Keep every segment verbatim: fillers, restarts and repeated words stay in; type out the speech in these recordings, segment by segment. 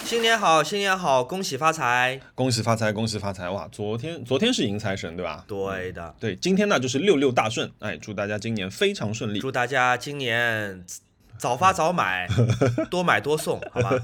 新年好，新年好，恭喜发财， 恭喜发财，恭喜发财！哇，昨天昨天是迎财神对吧？ 对的， 对，今天呢就是六六大顺，哎，祝大家今年非常顺利。 祝大家今年早发早买，多买多送，好吧？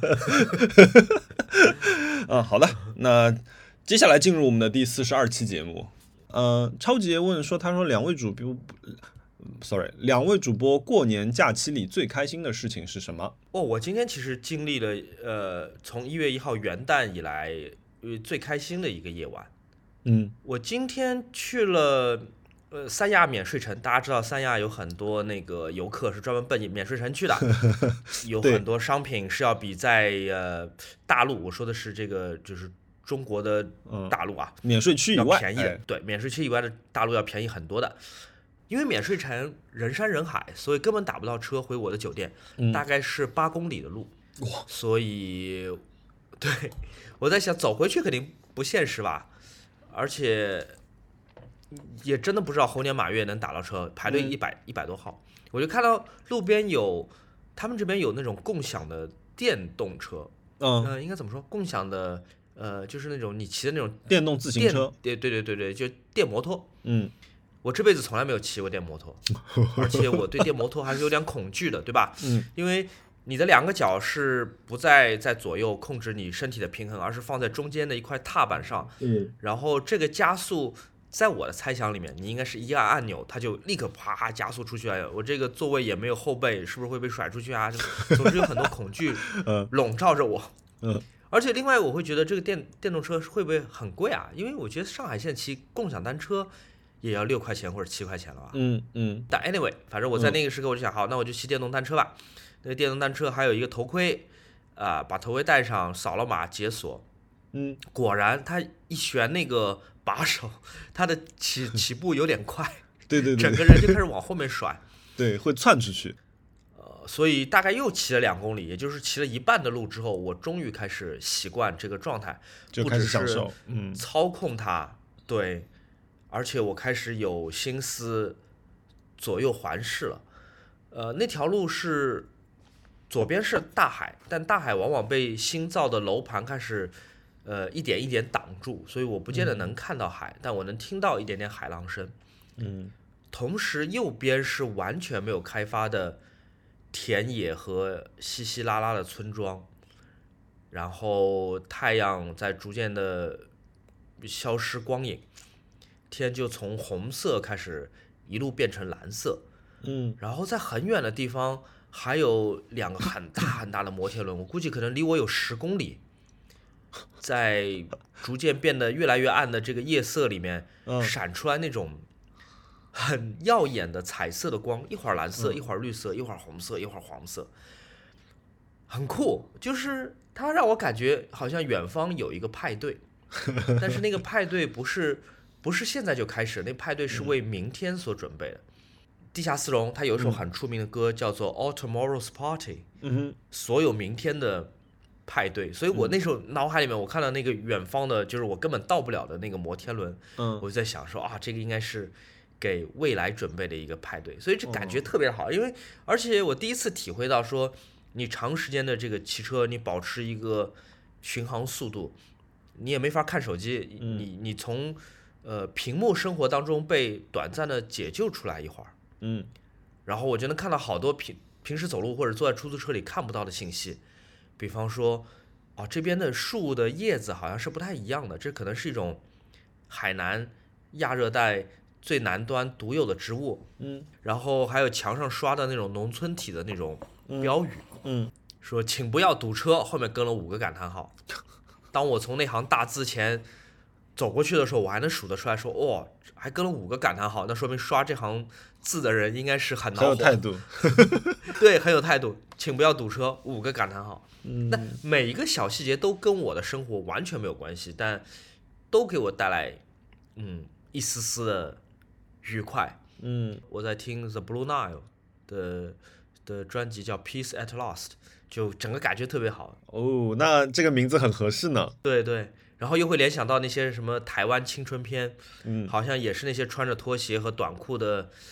嗯，好的，那接下来进入我们的第四十二期节目。呃，超级爷问说，他说两位主播，sorry， 两位主播过年假期里最开心的事情是什么？ 哦，我今天其实经历了呃，从一月一号元旦以来，呃，最开心的一个夜晚。 嗯， 我今天去了呃三亚免税城，大家知道三亚有很多那个游客是专门奔免税城去的，有很多商品是要比在呃大陆，我说的是这个就是中国的大陆啊， 嗯、免税区以外要便宜的， 哎、 对，免税区以外的大陆要便宜很多的。因为免税城人山人海，所以根本打不到车回我的酒店， 嗯、 大概是八公里的路， 哇， 所以对我在想走回去肯定不现实吧，而且也真的不知道猴年马月能打到车，排队一百一百多号，我就看到路边有他们这边有那种共享的电动车， 嗯、 呃，应该怎么说？共享的呃，就是那种你骑的那种电动自行车， 对对对对对，就电摩托， 嗯。 我这辈子从来没有骑过电摩托，而且我对电摩托还是有点恐惧的，对吧？ 嗯， 因为你的两个脚是不再在左右控制你身体的平衡，而是放在中间的一块踏板上。 嗯， 然后这个加速，在我的猜想里面，你应该是一按按钮，它就立刻啪加速出去了。我这个座位也没有后背，是不是会被甩出去啊？总之有很多恐惧笼罩着我。 嗯， 而且另外我会觉得这个电电动车会不会很贵啊？因为我觉得上海现在骑共享单车也要六块钱或者七块钱了吧？ 嗯嗯。 但 anyway， 反正我在那个时刻我就想，好，那我就骑电动单车吧。那个电动单车还有一个头盔，啊、呃，把头盔戴上，扫了码解锁。 嗯， 果然它一旋那个把手，它的起起步有点快， 对对对， 整个人就开始往后面甩， 对，会窜出去。 呃，所以大概又骑了两公里，也就是骑了一半的路之后，我终于开始习惯这个状态， 就开始享受， 嗯，操控它，对。而且我开始有心思左右环视了，呃，那条路是左边是大海，但大海往往被新造的楼盘开始呃一点一点挡住，所以我不见得能看到海，嗯、但我能听到一点点海浪声。 嗯， 同时右边是完全没有开发的田野和稀稀拉拉的村庄，然后太阳在逐渐的消失光影。天就从红色开始一路变成蓝色， 嗯， 然后在很远的地方还有两个很大很大的摩天轮，我估计可能离我有十公里，在逐渐变得越来越暗的这个夜色里面，闪出来那种很耀眼的彩色的光，一会儿蓝色，一会儿绿色，一会儿红色，一会儿黄色，很酷，就是它让我感觉好像远方有一个派对，但是那个派对不是。不是现在就开始，那派对是为明天所准备的。嗯、地下丝绒他有一首很出名的歌，叫做《All Tomorrow's Party》， 嗯， 所有明天的派对。所以我那时候脑海里面，我看到那个远方的，就是我根本到不了的那个摩天轮， 嗯， 我就在想说啊，这个应该是给未来准备的一个派对，所以这感觉特别好。因为而且我第一次体会到说，你长时间的这个骑车，你保持一个巡航速度，你也没法看手机， 嗯、 你你从呃，屏幕生活当中被短暂的解救出来一会儿， 嗯， 然后我就能看到好多平平时走路或者坐在出租车里看不到的信息，比方说，哦，这边的树的叶子好像是不太一样的，这可能是一种海南亚热带最南端独有的植物， 嗯， 然后还有墙上刷的那种农村体的那种标语， 嗯， 说请不要堵车，后面跟了五个感叹号。当我从那行大字前走过去的时候，我还能数得出来说，哦，还跟了五个感叹号，那说明刷这行字的人应该是很恼火， 很有态度， 对，很有态度，请不要堵车，五个感叹号。 嗯， 那每一个小细节都跟我的生活完全没有关系，但都给我带来嗯一丝丝的愉快。 嗯， 我在听 The Blue Nile 的的专辑叫 Peace at Last， 就整个感觉特别好。 哦，那这个名字很合适呢。 对对。然后又会联想到那些什么台湾青春片， 嗯， 好像也是那些穿着拖鞋和短裤的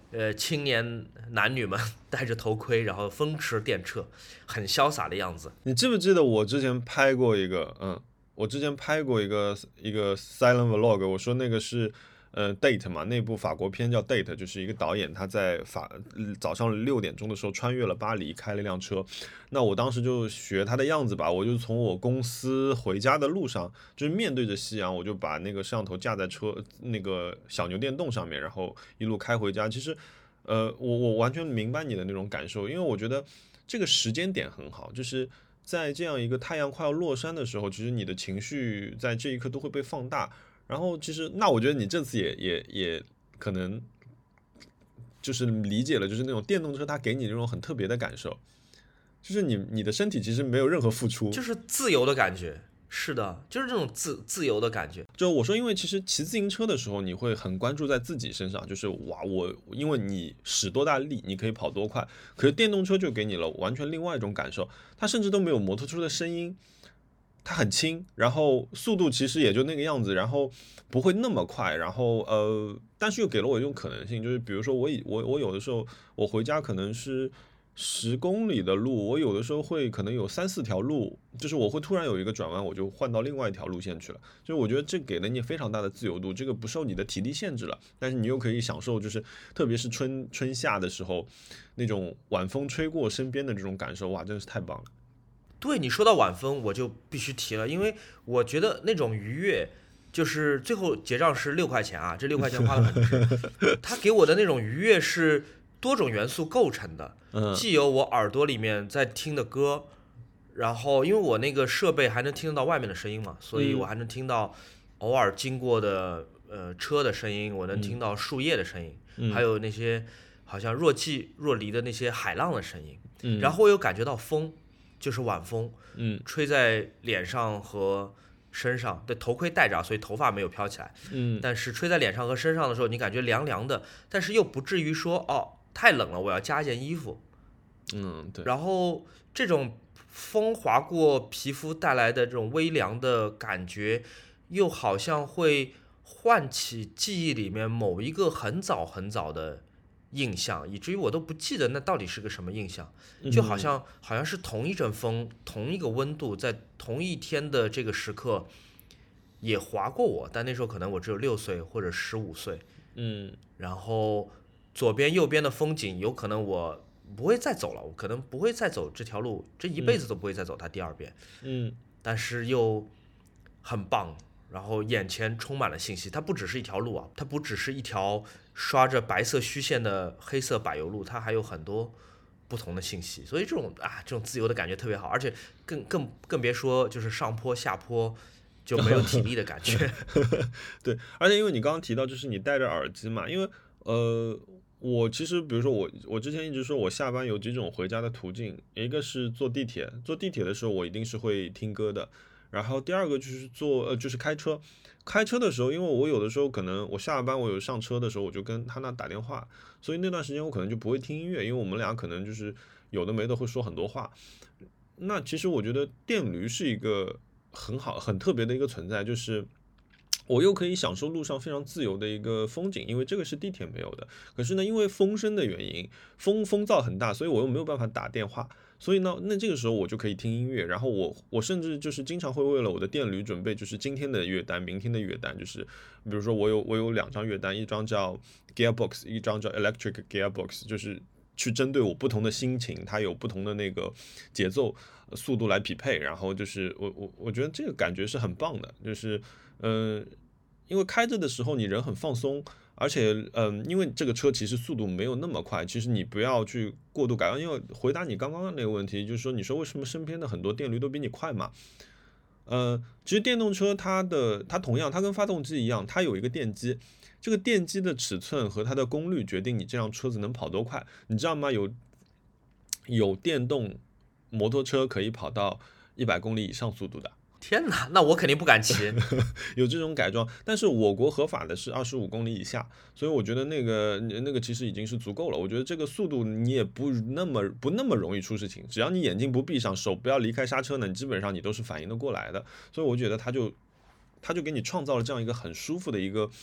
呃青年男女们戴着头盔，然后风驰电掣，很潇洒的样子。 你记不记得我之前拍过一个，嗯，我之前拍过一个一个 silent vlog， 我说那个是。呃 ，Date 嘛，那部法国片叫 Date， 就是一个导演他在法早上六点钟的时候穿越了巴黎，开了一辆车。那我当时就学他的样子吧，我就从我公司回家的路上，就是面对着夕阳，我就把那个摄像头架在车那个小牛电动上面，然后一路开回家。其实，呃，我我完全明白你的那种感受，因为我觉得这个时间点很好，就是在这样一个太阳快要落山的时候，其实你的情绪在这一刻都会被放大。然后其实，那我觉得你这次也也也可能就是理解了，就是那种电动车它给你那种很特别的感受，就是你你的身体其实没有任何付出， 就是自由的感觉。是的，就是这种自自由的感觉。 就我说，因为其实骑自行车的时候，你会很关注在自己身上，就是哇，我因为你使多大力，你可以跑多快。可是电动车就给你了完全另外一种感受，它甚至都没有摩托车的声音，它很轻，然后速度其实也就那个样子，然后不会那么快，然后呃，但是又给了我一种可能性，就是比如说我以我我有的时候我回家可能是十公里的路，我有的时候会可能有三四条路，就是我会突然有一个转弯，我就换到另外一条路线去了。就是我觉得这给了你非常大的自由度，这个不受你的体力限制了，但是你又可以享受，就是特别是春春夏的时候，那种晚风吹过身边的这种感受，哇，真的是太棒了。 对，你说到晚风，我就必须提了，因为我觉得那种愉悦，就是最后结账是六块钱啊，这六块钱花的很值。它给我的那种愉悦是多种元素构成的，既有我耳朵里面在听的歌，然后因为我那个设备还能听得到外面的声音嘛，所以我还能听到偶尔经过的呃车的声音，我能听到树叶的声音， 嗯、 还有那些好像若即若离的那些海浪的声音， 嗯、 然后我有感觉到风，就是晚风， 嗯， 吹在脸上和身上，对，头盔戴着，所以头发没有飘起来， 嗯， 但是吹在脸上和身上的时候，你感觉凉凉的，但是又不至于说哦太冷了，我要加件衣服， 嗯，对， 然后这种风划过皮肤带来的这种微凉的感觉，又好像会唤起记忆里面某一个很早很早的印象，以至于我都不记得那到底是个什么印象，就好像好像是同一阵风，同一个温度，在同一天的这个时刻也划过我，但那时候可能我只有六岁或者十五岁， 嗯， 然后左边右边的风景，有可能我不会再走了，我可能不会再走这条路，这一辈子都不会再走它第二遍， 嗯， 但是又很棒。然后眼前充满了信息，它不只是一条路啊，它不只是一条刷着白色虚线的黑色柏油路，它还有很多不同的信息，所以这种啊，这种自由的感觉特别好，而且更更更别说就是上坡下坡就没有体力的感觉。 对，而且因为你刚刚提到，就是你戴着耳机嘛，因为呃，我其实比如说我我之前一直说我下班有几种回家的途径，一个是坐地铁，坐地铁的时候我一定是会听歌的。然后第二个就是做呃就是开车，开车的时候，因为我有的时候可能我下班我有上车的时候，我就跟他那打电话，所以那段时间我可能就不会听音乐，因为我们俩可能就是有的没的会说很多话。那其实我觉得电驴是一个很好很特别的一个存在，就是我又可以享受路上非常自由的一个风景，因为这个是地铁没有的。可是呢，因为风声的原因，风风噪很大，所以我又没有办法打电话。所以呢，那这个时候我就可以听音乐，然后我我甚至就是经常会为了我的电驴准备就是今天的乐单、明天的乐单，就是比如说我有我有两张乐单，一张叫 Gearbox， 一张叫 Electric Gearbox， 就是去针对我不同的心情，它有不同的那个节奏、速度来匹配。然后就是我我我觉得这个感觉是很棒的，就是嗯、呃，因为开着的时候你人很放松。而且，嗯，因为这个车其实速度没有那么快，其实你不要去过度改装。因为回答你刚刚那个问题，就是说，你说为什么身边的很多电驴都比你快嘛？呃，其实电动车它的它同样，它跟发动机一样，它有一个电机，这个电机的尺寸和它的功率决定你这辆车子能跑多快，你知道吗？有有电动摩托车可以跑到一百公里以上速度的。 天哪，那我肯定不敢骑。 有这种改装，但是我国合法的是二十五公里以下，所以我觉得那个那个其实已经是足够了。我觉得这个速度你也不那么不那么容易出事情，只要你眼睛不闭上，手不要离开刹车呢，基本上你都是反应得过来的。所以我觉得它就它就给你创造了这样一个很舒服的一个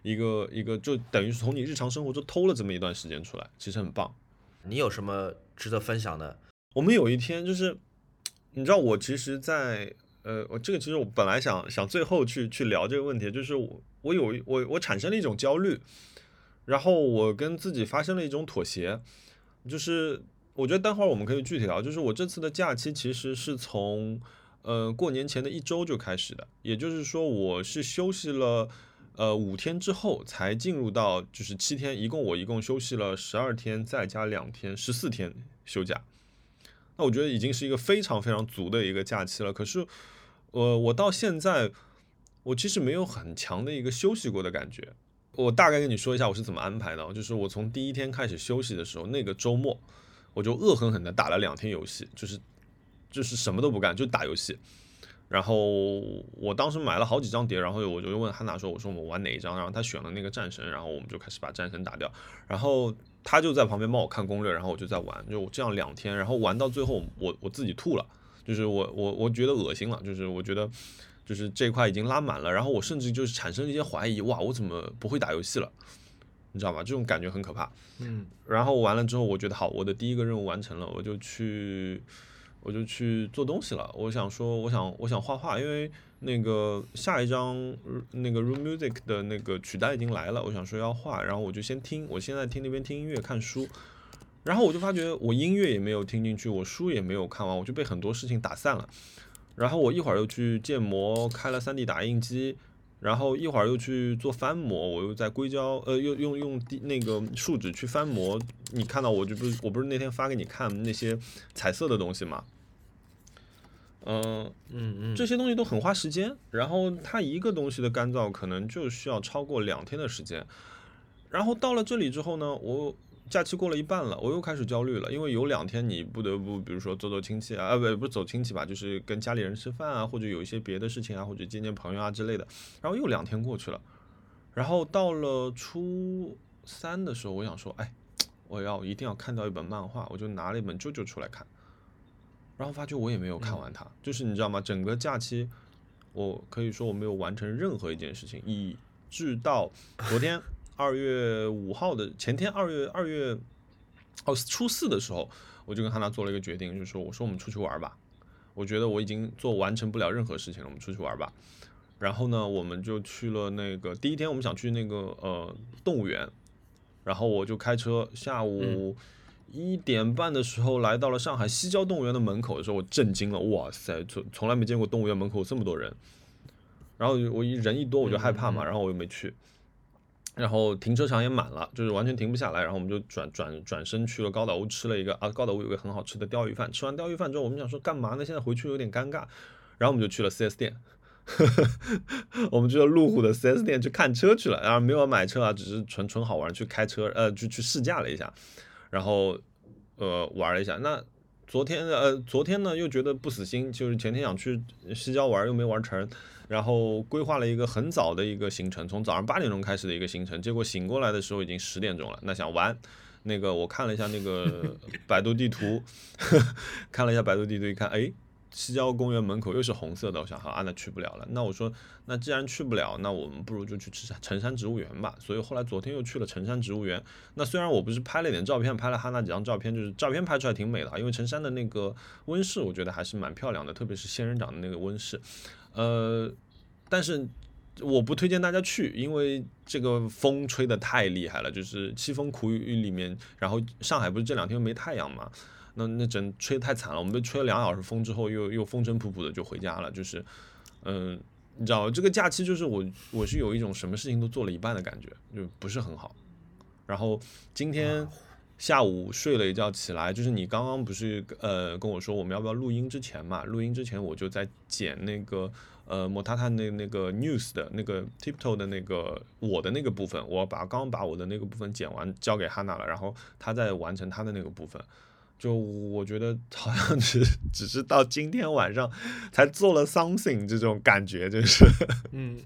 一个一个，就等于是从你日常生活中偷了这么一段时间出来，其实很棒。 你有什么值得分享的？ 我们有一天就是，你知道我其实在，呃，我这个其实我本来想想最后去去聊这个问题，就是我我有我我产生了一种焦虑，然后我跟自己发生了一种妥协，就是我觉得待会儿我们可以具体聊，就是我这次的假期其实是从呃过年前的一周就开始的，也就是说我是休息了呃五天之后才进入到就是七天，一共我一共休息了十二天，再加两天，十四天休假。那我觉得已经是一个非常非常足的一个假期了。可是，呃，我到现在我其实没有很强的一个休息过的感觉。我大概跟你说一下我是怎么安排的，就是我从第一天开始休息的时候，那个周末我就恶狠狠的打了两天游戏，就是就是什么都不干，就打游戏。然后我当时买了好几张碟，然后我就问汉娜说：“我说我们玩哪一张？”然后他选了那个战神，然后我们就开始把战神打掉。然后他就在旁边帮我看攻略，然后我就在玩，就这样两天，然后玩到最后我我自己吐了，就是我我我觉得恶心了，就是我觉得就是这块已经拉满了，然后我甚至就是产生一些怀疑，哇，我怎么不会打游戏了？你知道吗？这种感觉很可怕。 嗯， 然后完了之后，我觉得好，我的第一个任务完成了，我就去。我就去做东西了。我想说，我想我想画画，因为那个下一张那个 Room Music 的那个曲带已经来了，我想说要画，然后我就先听，我现在听那边听音乐看书，然后我就发觉我音乐也没有听进去，我书也没有看完，我就被很多事情打散了。然后我一会儿又去建模，开了 三 D 打印机。然后一会儿又去做翻模，我又在硅胶，呃，又用用那个树脂去翻模。你看到我就不是，我不是那天发给你看那些彩色的东西吗？ 嗯嗯嗯， 这些东西都很花时间，然后它一个东西的干燥可能就需要超过两天的时间。然后到了这里之后呢，我假期过了一半了，我又开始焦虑了，因为有两天你不得不，比如说走走亲戚啊，啊不不是走亲戚吧，就是跟家里人吃饭啊，或者有一些别的事情啊，或者见见朋友啊之类的。然后又两天过去了，然后到了初三的时候，我想说，哎，我要一定要看到一本漫画，我就拿了一本《啾啾》出来看。然后发觉我也没有看完它，就是你知道吗？整个假期，我可以说我没有完成任何一件事情，以致到昨天二月五号的前天二月二月哦初四的时候，我就跟汉娜做了一个决定，就是说我说我们出去玩吧，我觉得我已经做完成不了任何事情了，我们出去玩吧。然后呢，我们就去了那个第一天，我们想去那个呃动物园，然后我就开车下午。一点半的时候来到了上海西郊动物园的门口的时候，我震惊了，哇塞，从从来没见过动物园门口有这么多人。然后我一人一多我就害怕嘛，然后我又没去。然后停车场也满了，就是完全停不下来。然后我们就转转转身去了高岛屋吃了一个啊，高岛屋有个很好吃的鲷鱼饭。吃完鲷鱼饭之后，我们想说干嘛呢？现在回去有点尴尬，然后我们就去了 四 S 店。我们去了路虎的 四 S 店去看车去了，然后没有买车啊，只是纯纯好玩去开车，呃，就去试驾了一下。然后，呃，玩了一下。那昨天，呃，昨天呢又觉得不死心，就是前天想去西郊玩，又没玩成，然后规划了一个很早的一个行程，从早上八点钟开始的一个行程，结果醒过来的时候已经十点钟了。那想玩，那个我看了一下那个百度地图，看了一下百度地图，一看，哎。西郊公园门口又是红色的，我想好啊，那去不了了。那我说，那既然去不了，那我们不如就去吃城山植物园吧。所以后来昨天又去了城山植物园。那虽然我不是拍了点照片，拍了哈娜几张照片，就是照片拍出来挺美的，因为城山的那个温室我觉得还是蛮漂亮的，特别是仙人掌的那个温室。呃，但是我不推荐大家去，因为这个风吹得太厉害了，就是凄风苦雨里面，然后上海不是这两天没太阳嘛。那那整吹太惨了，我们被吹了两小时风之后又，又又风尘仆仆的就回家了。就是，嗯、呃，你知道这个假期就是我我是有一种什么事情都做了一半的感觉，就不是很好。然后今天下午睡了一觉起来，就是你刚刚不是呃跟我说我们要不要录音之前嘛？录音之前我就在剪那个呃莫塔塔那那个 news 的那个 tiptoe 的那个我的那个部分，我把刚把我的那个部分剪完交给哈娜了，然后她在完成她的那个部分。就我觉得好像只只是到今天晚上才做了 something 这种感觉，就是嗯，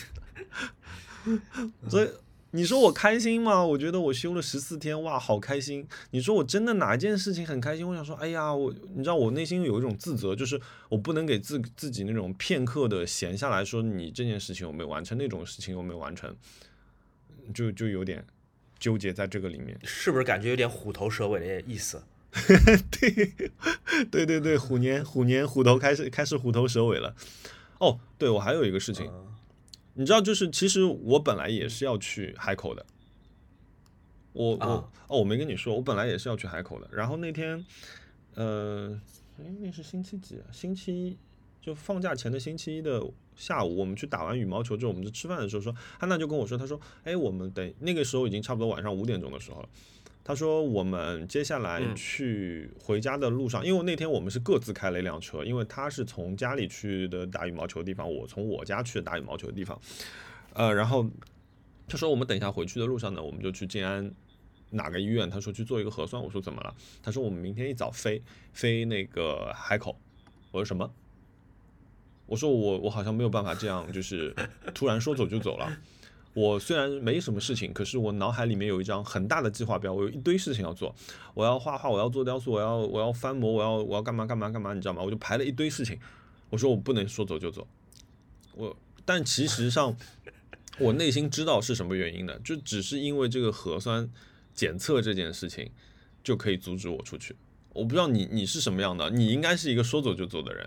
所以你说我开心吗？我觉得我休了十四天，哇，好开心。你说我真的哪一件事情很开心？我想说，哎呀，我你知道我内心有一种自责，就是我不能给自自己那种片刻的闲下来说，你这件事情我没有完成，那种事情我没有完成。 就就有点纠结在这个里面。 是不是感觉有点虎头蛇尾的意思？ 对对对对，虎年虎年虎头开始开始虎头蛇尾了。哦，对，我还有一个事情，嗯、你知道，就是其实我本来也是要去海口的。我我、啊、哦，我没跟你说，我本来也是要去海口的。然后那天，呃，那是星期几啊？星期一，就放假前的星期一的下午，我们去打完羽毛球之后，我们就吃饭的时候说，汉娜就跟我说，他说，哎，我们等那个时候已经差不多晚上五点钟的时候了。他说我们接下来去回家的路上，嗯、因为那天我们是各自开了一辆车，因为他是从家里去的打羽毛球的地方，我从我家去的打羽毛球的地方。呃，然后他说我们等一下回去的路上呢，我们就去静安哪个医院，他说去做一个核酸。我说怎么了？他说我们明天一早飞飞那个海口。我说什么？我说我我好像没有办法这样，就是突然说走就走了。我虽然没什么事情，可是我脑海里面有一张很大的计划表，我有一堆事情要做。我要画画，我要做雕塑，我要我要翻模，我要我要干嘛干嘛干嘛，你知道吗？我就排了一堆事情。我说我不能说走就走。我但其实上我内心知道是什么原因的，就只是因为这个核酸检测这件事情就可以阻止我出去。我不知道你你是什么样的，你应该是一个说走就走的人。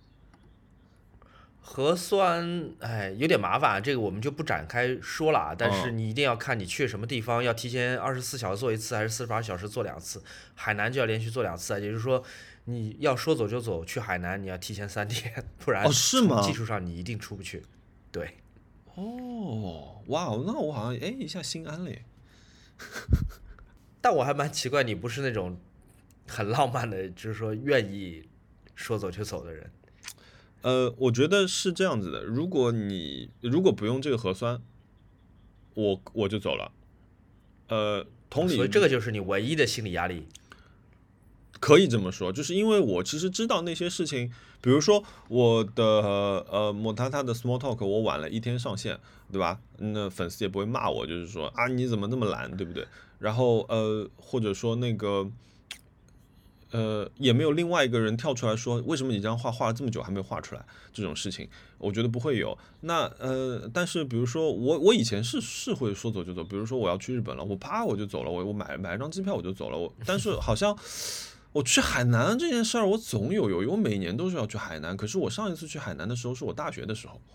核酸，哎，有点麻烦，这个我们就不展开说了啊。但是你一定要看你去什么地方，要提前二十四小时做一次，还是四十八小时做两次。海南就要连续做两次，也就是说，你要说走就走去海南，你要提前三天，不然哦是吗？ 技术上你一定出不去。对。 哦，哇，那我好像哎一下心安了耶。 但我还蛮奇怪，你不是那种很浪漫的，就是说愿意说走就走的人。 呃，我觉得是这样子的，如果你如果不用这个核酸，我我就走了。呃，同理， 所以这个就是你唯一的心理压力。 可以这么说，就是因为我其实知道那些事情，比如说我的呃莫塔塔的 Small Talk， 我晚了一天上线，对吧？那粉丝也不会骂我，就是说啊你怎么那么懒，对不对？然后呃或者说那个。呃，也没有另外一个人跳出来说，为什么你这样画画了这么久还没有画出来？这种事情，我觉得不会有。那呃，但是比如说我，我以前是是会说走就走，比如说我要去日本了，我啪我就走了，我我买买一张机票我就走了。我但是好像我去海南这件事儿，我总有犹豫。我每年都是要去海南，可是我上一次去海南的时候是我大学的时候，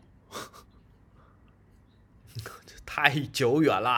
太久远了。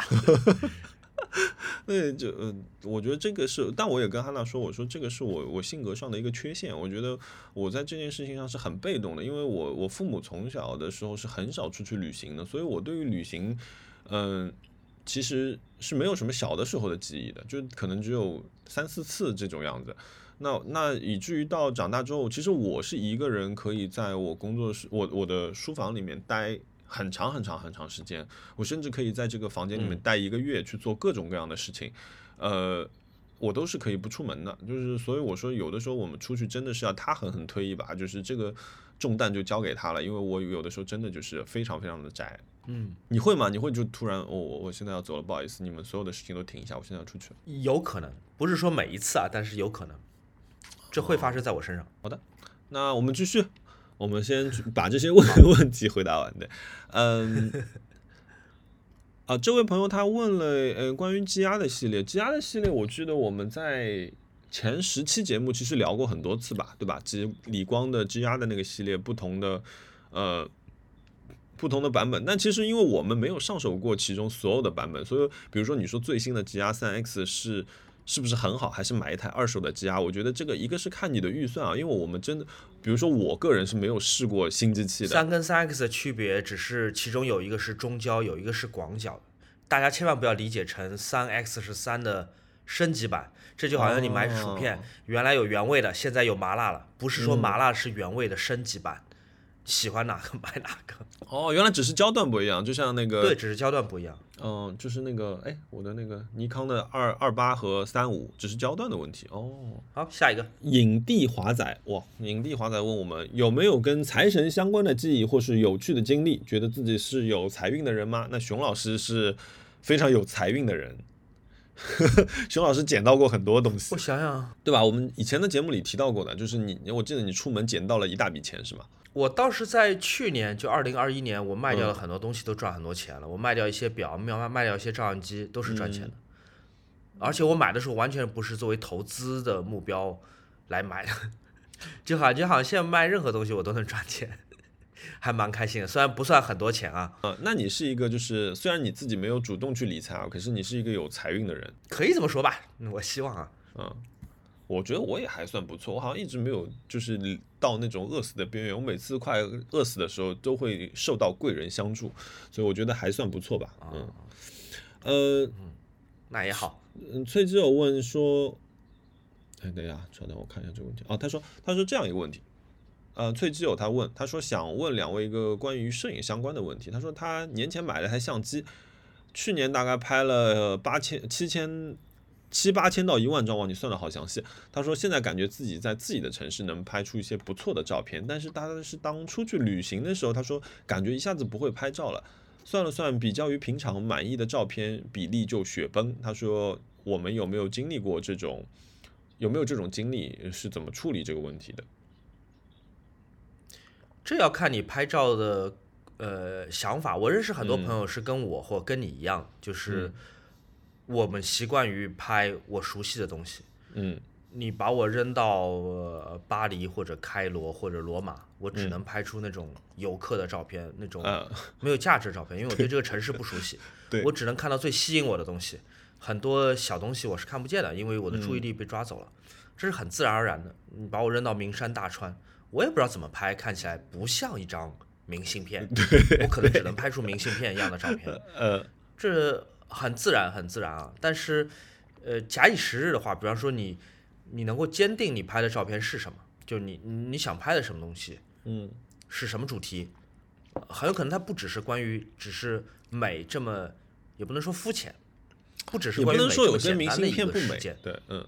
对，就呃，我觉得这个是，但我也跟哈娜说，我说这个是我我性格上的一个缺陷。我觉得我在这件事情上是很被动的，因为我我父母从小的时候是很少出去旅行的，所以我对于旅行，嗯、呃，其实是没有什么小的时候的记忆的，就可能只有三四次这种样子。那那以至于到长大之后，其实我是一个人可以在我工作室，我我的书房里面待很长很长很长时间，我甚至可以在这个房间里面待一个月去做各种各样的事情，嗯、呃，我都是可以不出门的。就是所以我说，有的时候我们出去真的是要他狠狠推一把，就是这个重担就交给他了，因为我有的时候真的就是非常非常的宅。 嗯， 你会吗？你会就突然，我、哦、我我现在要走了，不好意思，你们所有的事情都停一下，我现在要出去了。 有可能，不是说每一次啊，但是有可能，这会发生在我身上。 哦、好的，那我们继续。我们先把这些问问题回答完的，嗯，啊，这位朋友他问了，呃，关于积压的系列，积压的系列，我记得我们在前十期节目其实聊过很多次吧，对吧？即李光的积压的那个系列，不同的，呃，不同的版本。但其实因为我们没有上手过其中所有的版本，所以比如说你说最新的 G R 三 X 是。是不是很好？还是买一台二手的 G R？ 我觉得这个一个是看你的预算啊，因为我们真的，比如说我个人是没有试过新机器的。 三跟三 X 的区别只是其中有一个是中焦，有一个是广角，大家千万不要理解成三 X 是三的升级版，这就好像你买薯片，哦、原来有原味的，现在有麻辣了，不是说麻辣是原味的升级版。嗯，喜欢哪个买哪个。 哦，原来只是焦段不一样，就像那个对，只是焦段不一样。 嗯、呃，就是那个哎，我的那个尼康的二二八和三五，只是焦段的问题。哦， 好，下一个影帝华仔，哇，影帝华仔问我们有没有跟财神相关的记忆或是有趣的经历，觉得自己是有财运的人吗？那熊老师是非常有财运的人。 熊老师捡到过很多东西， 我想想， 对吧？我们以前的节目里提到过的，就是你，我记得你出门捡到了一大笔钱，是吗？ 我倒是在去年，就二零二一年，我卖掉了很多东西，都赚很多钱了。嗯、我卖掉一些表，卖卖掉一些照相机，都是赚钱的。嗯、而且我买的时候完全不是作为投资的目标来买的，就好就好像现在卖任何东西我都能赚钱。还蛮开心的，虽然不算很多钱啊。 呃，那你是一个就是虽然你自己没有主动去理财啊，可是你是一个有财运的人， 可以这么说吧？我希望啊。 嗯，我觉得我也还算不错，我好像一直没有就是到那种饿死的边缘。我每次快饿死的时候，都会受到贵人相助，所以我觉得还算不错吧。嗯，呃， 嗯，那也好。 嗯，崔之友问说，哎，等一下，稍等，我看一下这个问题。哦，他说他说这样一个问题。呃，崔基友他问，他说想问两位一个关于摄影相关的问题。他说他年前买了台相机，去年大概拍了八千、七千、七八千到一万张，哇，你算的好详细。他说现在感觉自己在自己的城市能拍出一些不错的照片，但是他是当出去旅行的时候，他说感觉一下子不会拍照了。算了算，比较于平常满意的照片比例就雪崩。他说我们有没有经历过这种，有没有这种经历，是怎么处理这个问题的？ 这要看你拍照的呃想法。我认识很多朋友是跟我或跟你一样，嗯、就是我们习惯于拍我熟悉的东西。 嗯， 你把我扔到、呃、巴黎或者开罗或者罗马，我只能拍出那种游客的照片，嗯、那种没有价值的照片，因为我对这个城市不熟悉。我只能看到最吸引我的东西，很多小东西我是看不见的，因为我的注意力被抓走了。嗯、这是很自然而然的。你把我扔到名山大川。我也不知道怎么拍，看起来不像一张明信片，我可能只能拍出明信片一样的照片。 呃， 这很自然，很自然啊。但是，呃，假以时日的话，比方说你，你能够坚定你拍的照片是什么，就你你想拍的什么东西， 嗯， 是什么主题，很有可能它不只是关于只是美这么，也不能说肤浅，不只是关于美这么简单的一个事件。 对，嗯，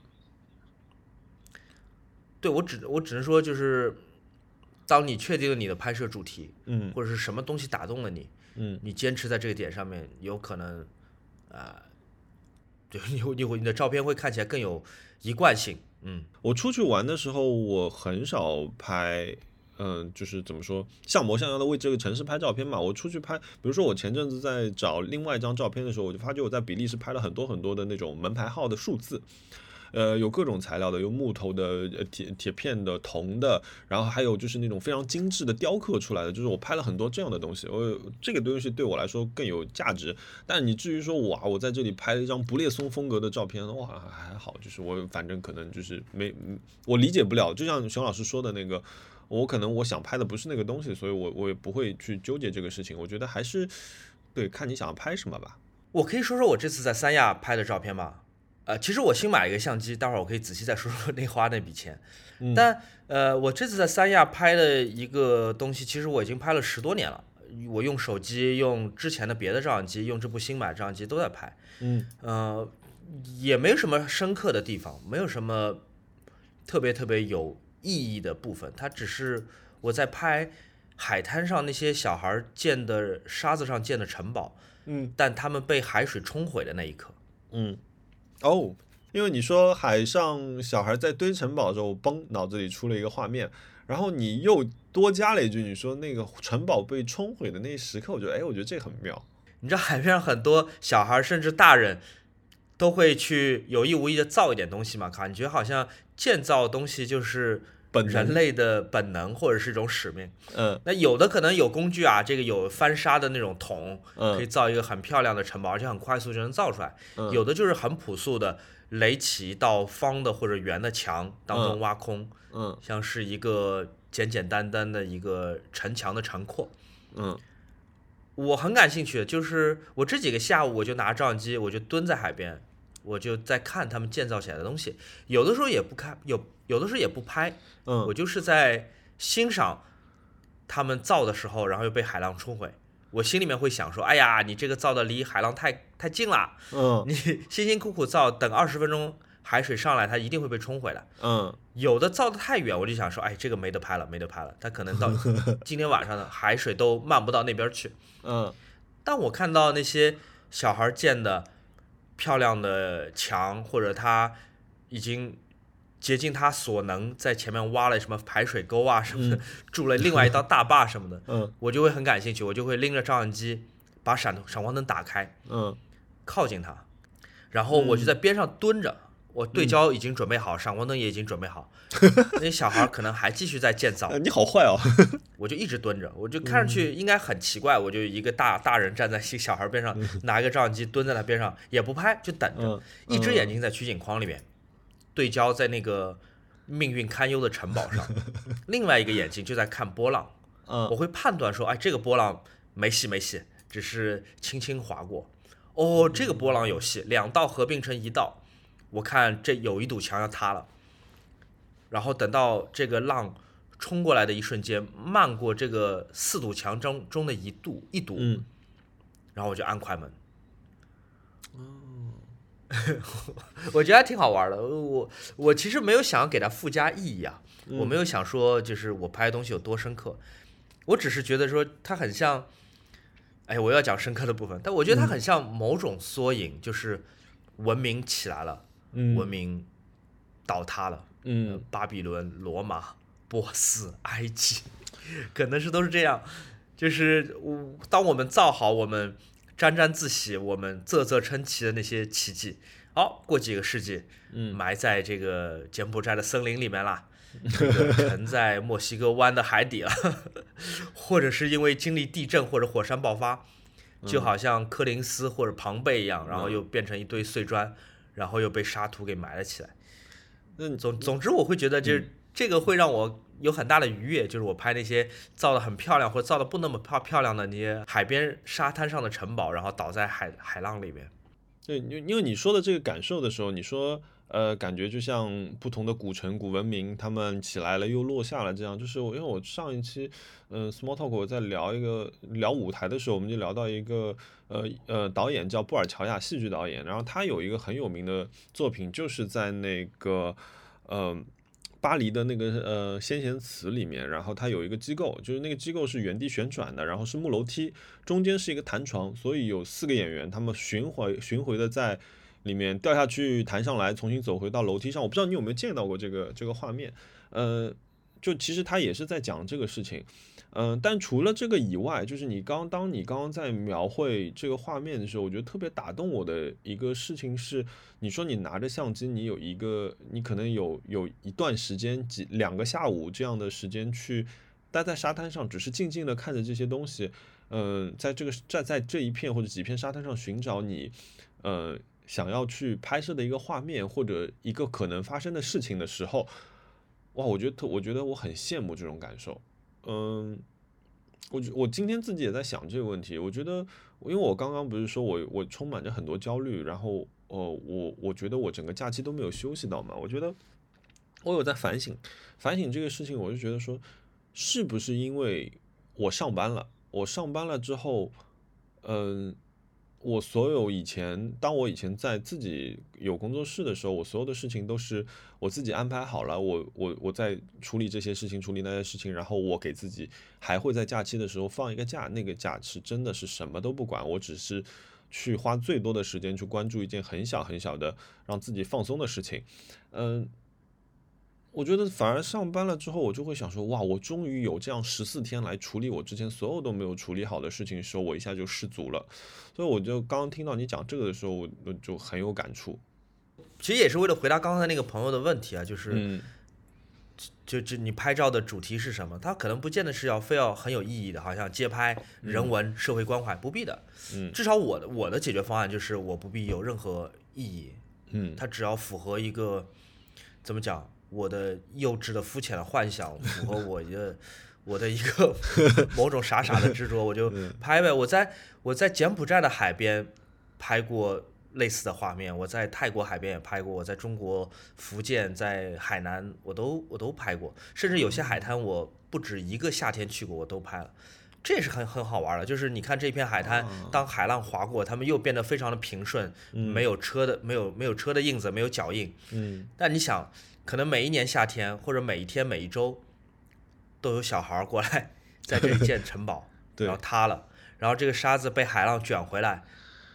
对我只我只能说就是。当你确定了你的拍摄主题， 嗯， 或者是什么东西打动了你， 嗯， 你坚持在这个点上面，有可能，啊、呃，就你你会你的照片会看起来更有一贯性。嗯， 我出去玩的时候，我很少拍，嗯、呃，就是怎么说，像模像样的为这个城市拍照片嘛。我出去拍，比如说我前阵子在找另外一张照片的时候，我就发觉我在比利时拍了很多很多的那种门牌号的数字。呃，有各种材料的，有木头的、铁铁片的、铜的，然后还有就是那种非常精致的雕刻出来的，就是我拍了很多这样的东西。我这个东西对我来说更有价值。但你至于说哇，我在这里拍了一张不列松风格的照片，哇，还好，就是我反正可能就是没，我理解不了。就像熊老师说的那个，我可能我想拍的不是那个东西，所以我我也不会去纠结这个事情。我觉得还是对看你想要拍什么吧。 我可以说说我这次在三亚拍的照片吗？呃，其实我新买了一个相机，待会儿我可以仔细再说说那花那笔钱。 嗯、 但呃，我这次在三亚拍的一个东西，其实我已经拍了十多年了。我用手机、用之前的别的照相机、用这部新买的照相机都在拍。 嗯， 呃，也没有什么深刻的地方，没有什么特别特别有意义的部分。它只是我在拍海滩上那些小孩建的沙子上建的城堡。 嗯， 但他们被海水冲毁的那一刻。 嗯。哦，因为你说海上小孩在堆城堡的时候，嘣，脑子里出了一个画面，然后你又多加了一句，你说那个城堡被冲毁的那一时刻，我觉得，哎，我觉得这个很妙。 你知道海面上很多小孩甚至大人都会去有意无意的造一点东西嘛？感觉好像建造东西就是人类的本能或者是一种使命。 嗯， 那有的可能有工具啊，这个有翻沙的那种桶， 嗯， 可以造一个很漂亮的城堡，而且很快速就能造出来。 嗯， 有的就是很朴素的垒起一道方的或者圆的墙，当中挖空， 嗯， 像是一个简简单单的一个城墙的城廓。 嗯， 我很感兴趣的就是我这几个下午我就拿照相机，我就蹲在海边，我就在看他们建造起来的东西，有的时候也不看，有有的时候也不拍， 嗯， 我就是在欣赏他们造的时候，然后又被海浪冲毁。我心里面会想说，哎呀，你这个造的离海浪太太近了， 嗯， 你辛辛苦苦造，等二十分钟海水上来，它一定会被冲毁的。 嗯， 有的造的太远，我就想说，哎，这个没得拍了，没得拍了，它可能到今天晚上的海水都漫不到那边去。 嗯， 但我看到那些小孩建的漂亮的墙，或者他已经竭尽他所能在前面挖了什么排水沟啊什么的， 嗯、 筑了另外一道大坝什么的， 嗯， 我就会很感兴趣，我就会拎着照相机把闪闪光灯打开， 嗯， 靠近它，然后我就在边上蹲着。我对焦已经准备好，闪光灯也已经准备好，那些小孩可能还继续在建造。 你好坏哦！ 我就一直蹲着，我就看上去应该很奇怪，我就一个大大人站在小孩边上，拿一个照相机蹲在他边上，也不拍，就等着，一只眼睛在取景框里面，对焦在那个命运堪忧的城堡上，另外一个眼睛就在看波浪。我会判断说，哎，这个波浪没戏没戏，只是轻轻划过。哦，这个波浪有戏，两道合并成一道。我看这有一堵墙要塌了，然后等到这个浪冲过来的一瞬间，漫过这个四堵墙中中的一堵一堵， 嗯， 然后我就按快门。哦，我觉得还挺好玩的。我我其实没有想要给它附加意义啊， 嗯、 我没有想说就是我拍的东西有多深刻，我只是觉得说它很像，哎，我要讲深刻的部分，但我觉得它很像某种缩影，就是文明起来了。 嗯、 文明倒塌了， 嗯， 巴比伦、罗马、波斯、埃及，可能是都是这样。就是当我们造好，我们沾沾自喜，我们啧啧称奇的那些奇迹，好，过几个世纪， 嗯， 埋在这个柬埔寨的森林里面啦，这个沉在墨西哥湾的海底了，或者是因为经历地震或者火山爆发，就好像柯林斯或者庞贝一样，然后又变成一堆碎砖。然后又被沙土给埋了起来。 那总总之，我会觉得这、嗯、这个会让我有很大的愉悦，就是我拍那些造的很漂亮或者造的不那么漂漂亮的那些海边沙滩上的城堡，然后倒在海海浪里面。 对，因为你说的这个感受的时候，你说呃，感觉就像不同的古城、古文明，他们起来了又落下了，这样。就是我因为我上一期嗯、呃、，Small Talk 我在聊一个聊舞台的时候，我们就聊到一个呃呃导演叫布尔乔亚，戏剧导演，然后他有一个很有名的作品，就是在那个呃巴黎的那个呃先贤祠里面，然后他有一个机构，就是那个机构是原地旋转的，然后是木楼梯，中间是一个弹床，所以有四个演员，他们巡回巡回的在里面掉下去，弹上来，重新走回到楼梯上。我不知道你有没有见到过这个这个画面，呃，就其实他也是在讲这个事情。嗯、呃，但除了这个以外，就是你刚当你刚刚在描绘这个画面的时候，我觉得特别打动我的一个事情是，你说你拿着相机，你有一个，你可能有有一段时间几两个下午这样的时间去待在沙滩上，只是静静的看着这些东西，嗯、呃，在这个在在这一片或者几片沙滩上寻找你，呃，想要去拍摄的一个画面或者一个可能发生的事情的时候，哇，我觉得我觉得我很羡慕这种感受。嗯，我我今天自己也在想这个问题。我觉得，因为我刚刚不是说我我充满着很多焦虑，然后呃，我我觉得我整个假期都没有休息到嘛。我觉得我有在反省反省这个事情，我就觉得说，是不是因为我上班了？我上班了之后，嗯、呃。我所有以前，当我以前在自己有工作室的时候，我所有的事情都是我自己安排好了，我我我在处理这些事情，处理那些事情，然后我给自己还会在假期的时候放一个假，那个假是真的是什么都不管，我只是去花最多的时间去关注一件很小很小的让自己放松的事情，嗯。我觉得反而上班了之后，我就会想说，哇，我终于有这样十四天来处理我之前所有都没有处理好的事情的时候，我一下就失足了。所以我就刚刚听到你讲这个的时候，我就很有感触。 其实也是为了回答刚才那个朋友的问题啊，就是， 嗯、 就就你拍照的主题是什么？它可能不见得是要非要很有意义的，好像街拍、人文、社会关怀，不必的。 嗯， 至少我的我的解决方案就是我不必有任何意义。 嗯， 它只要符合一个怎么讲？我的幼稚的肤浅的幻想，符合我的我的一个某种傻傻的执着，我就拍呗。我在我在柬埔寨的海边拍过类似的画面，我在泰国海边也拍过，我在中国福建在海南我都我都拍过，甚至有些海滩我不止一个夏天去过，我都拍了。这也是很很好玩的，就是你看这片海滩，当海浪划过，它们又变得非常的平顺， 嗯、 没有车的没有没有车的印子，没有脚印。 嗯， 但你想。可能每一年夏天，或者每一天每一周，都有小孩过来在这里建城堡，然后塌了，然后这个沙子被海浪卷回来，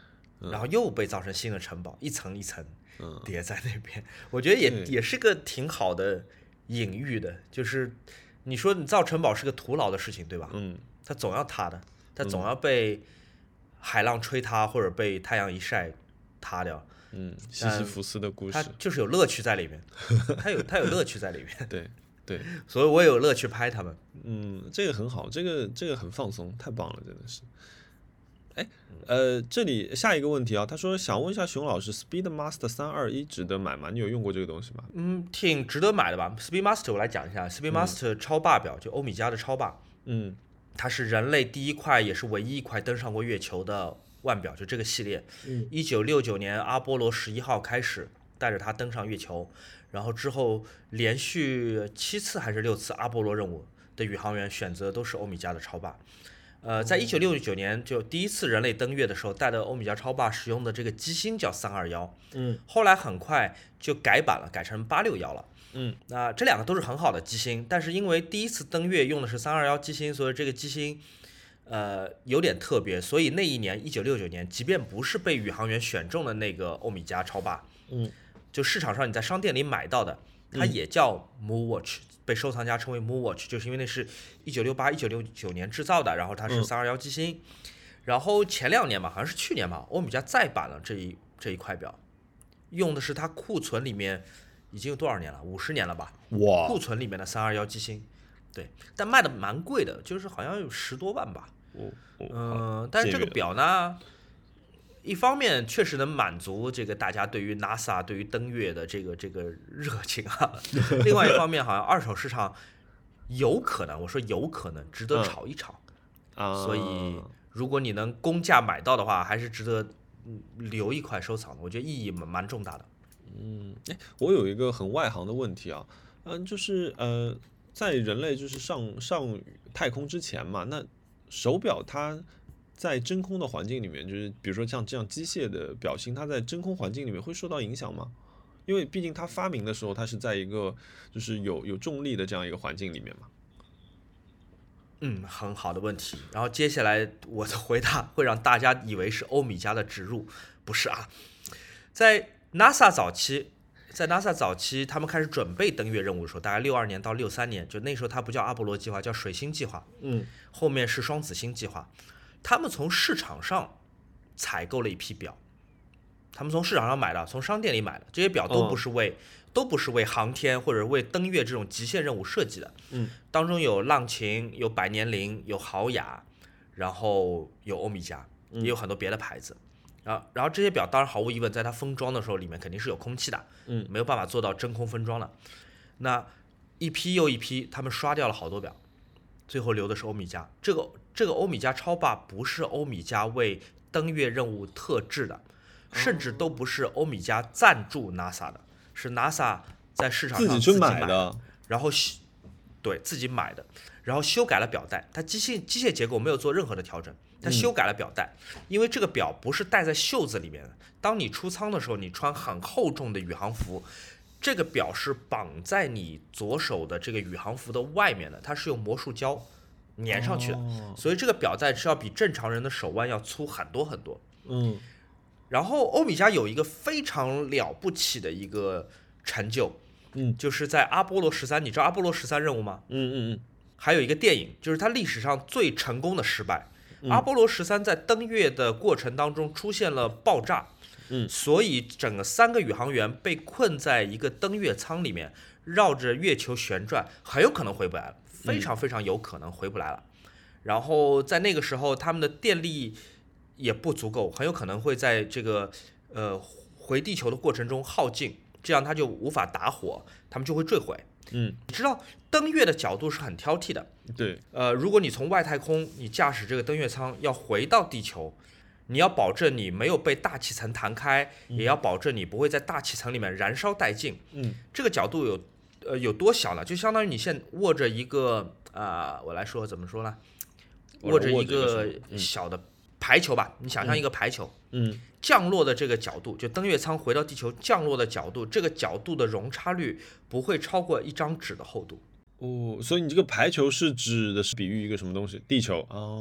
然后又被造成新的城堡，一层一层叠在那边。我觉得也也是个挺好的隐喻的，就是你说你造城堡是个徒劳的事情，对吧？ 嗯， 它总要塌的，它总要被海浪吹塌，或者被太阳一晒塌掉。 嗯，西西弗斯的故事， 它就是有乐趣在里面，它有它有乐趣在里面。 对对， 所以我也有乐趣拍他们。 嗯，这个很好，这个这个很放松，太棒了，真的是。哎，呃，这里下一个问题啊，他说想问一下熊老师 ，Speedmaster 三二一值得买吗？你有用过这个东西吗？ 嗯，挺值得买的吧。Speedmaster 我来讲一下 ，Speedmaster 超霸表，就欧米茄的超霸， 嗯， 它是人类第一块也是唯一一块登上过月球的腕表，就这个系列。 嗯， 一九六九年阿波罗十一号开始带着它登上月球，然后之后连续七次还是六次阿波罗任务的宇航员选择都是欧米茄的超霸。呃，在一九六九年就第一次人类登月的时候，带的欧米茄超霸使用的这个机芯叫三二一， 嗯， 后来很快就改版了，改成八六一了， 嗯， 那这两个都是很好的机芯，但是因为第一次登月用的是三二一机芯，所以这个机芯呃有点特别，所以那一年一九六九年，即便不是被宇航员选中的那个欧米茄超霸， 嗯， 就市场上你在商店里买到的，它也叫 Moonwatch。被收藏家称为 Moonwatch， 就是因为那是一九六八、一九六九年制造的，然后它是三二一机芯。嗯、然后前两年吧，好像是去年吧，欧米茄再版了这一这一块表，用的是它库存里面已经有多少年了？五十年了吧？ 哇！ 库存里面的三二一机芯，对，但卖的蛮贵的，就是好像有十多万吧。 嗯、 呃，但是这个表呢？一方面确实能满足这个大家对于 NASA 对于登月的这个这个热情啊，另外一方面好像二手市场有可能，我说有可能值得炒一炒， 嗯、 所以如果你能公价买到的话，还是值得留一块收藏的，我觉得意义蛮蛮重大的。 嗯，哎，我有一个很外行的问题啊，嗯，就是呃，在人类就是上上太空之前嘛，那手表它在真空的环境里面，就是比如说像这样机械的表芯，它在真空环境里面会受到影响吗？因为毕竟它发明的时候，它是在一个就是有有重力的这样一个环境里面嘛。 嗯，很好的问题。然后接下来我的回答会让大家以为是欧米茄的植入，不是啊。在 NASA 早期，在 NASA 早期，他们开始准备登月任务的时候，大概六二年到六三年，就那时候它不叫阿波罗计划，叫水星计划。 嗯， 后面是双子星计划。他们从市场上采购了一批表，他们从市场上买的，从商店里买的，这些表都不是为、哦、都不是为航天或者为登月这种极限任务设计的。 嗯， 当中有浪琴，有百年灵，有豪雅，然后有欧米茄，也有很多别的牌子。然后，然后这些表当然毫无疑问，在它封装的时候里面肯定是有空气的， 嗯， 没有办法做到真空封装的。那一批又一批，他们刷掉了好多表，最后留的是欧米茄。这个这个欧米茄超霸不是欧米茄为登月任务特制的，甚至都不是欧米茄赞助 NASA 的，是 NASA 在市场上自己去买的， 然后对自己买的，然后修改了表带，它机械机械结构没有做任何的调整，它修改了表带，嗯、因为这个表不是戴在袖子里面的，当你出舱的时候，你穿很厚重的宇航服。这个表是绑在你左手的这个宇航服的外面的，它是用魔术胶粘上去的， 哦、 所以这个表带是要比正常人的手腕要粗很多很多。 嗯， 然后欧米茄有一个非常了不起的一个成就， 嗯， 就是在阿波罗十三，你知道阿波罗十三任务吗？ 嗯嗯嗯， 还有一个电影，就是它历史上最成功的失败。 嗯、 阿波罗十三在登月的过程当中出现了爆炸。 嗯， 所以整个三个宇航员被困在一个登月舱里面，绕着月球旋转，很有可能回不来了，非常非常有可能回不来了。嗯、然后在那个时候，他们的电力也不足够，很有可能会在这个呃回地球的过程中耗尽，这样它就无法打火，他们就会坠毁。 嗯， 你知道登月的角度是很挑剔的。 对， 呃，如果你从外太空，你驾驶这个登月舱要回到地球。你要保证你没有被大气层弹开， 嗯、 也要保证你不会在大气层里面燃烧殆尽。 嗯， 这个角度有，呃，有多小呢？就相当于你现在握着一个啊、呃，我来说怎么说呢？握着一个小的排球吧，嗯、你想象一个排球， 嗯， 降落的这个角度，就登月舱回到地球降落的角度，这个角度的容差率不会超过一张纸的厚度。 哦，所以你这个排球是指的是比喻一个什么东西？地球哦。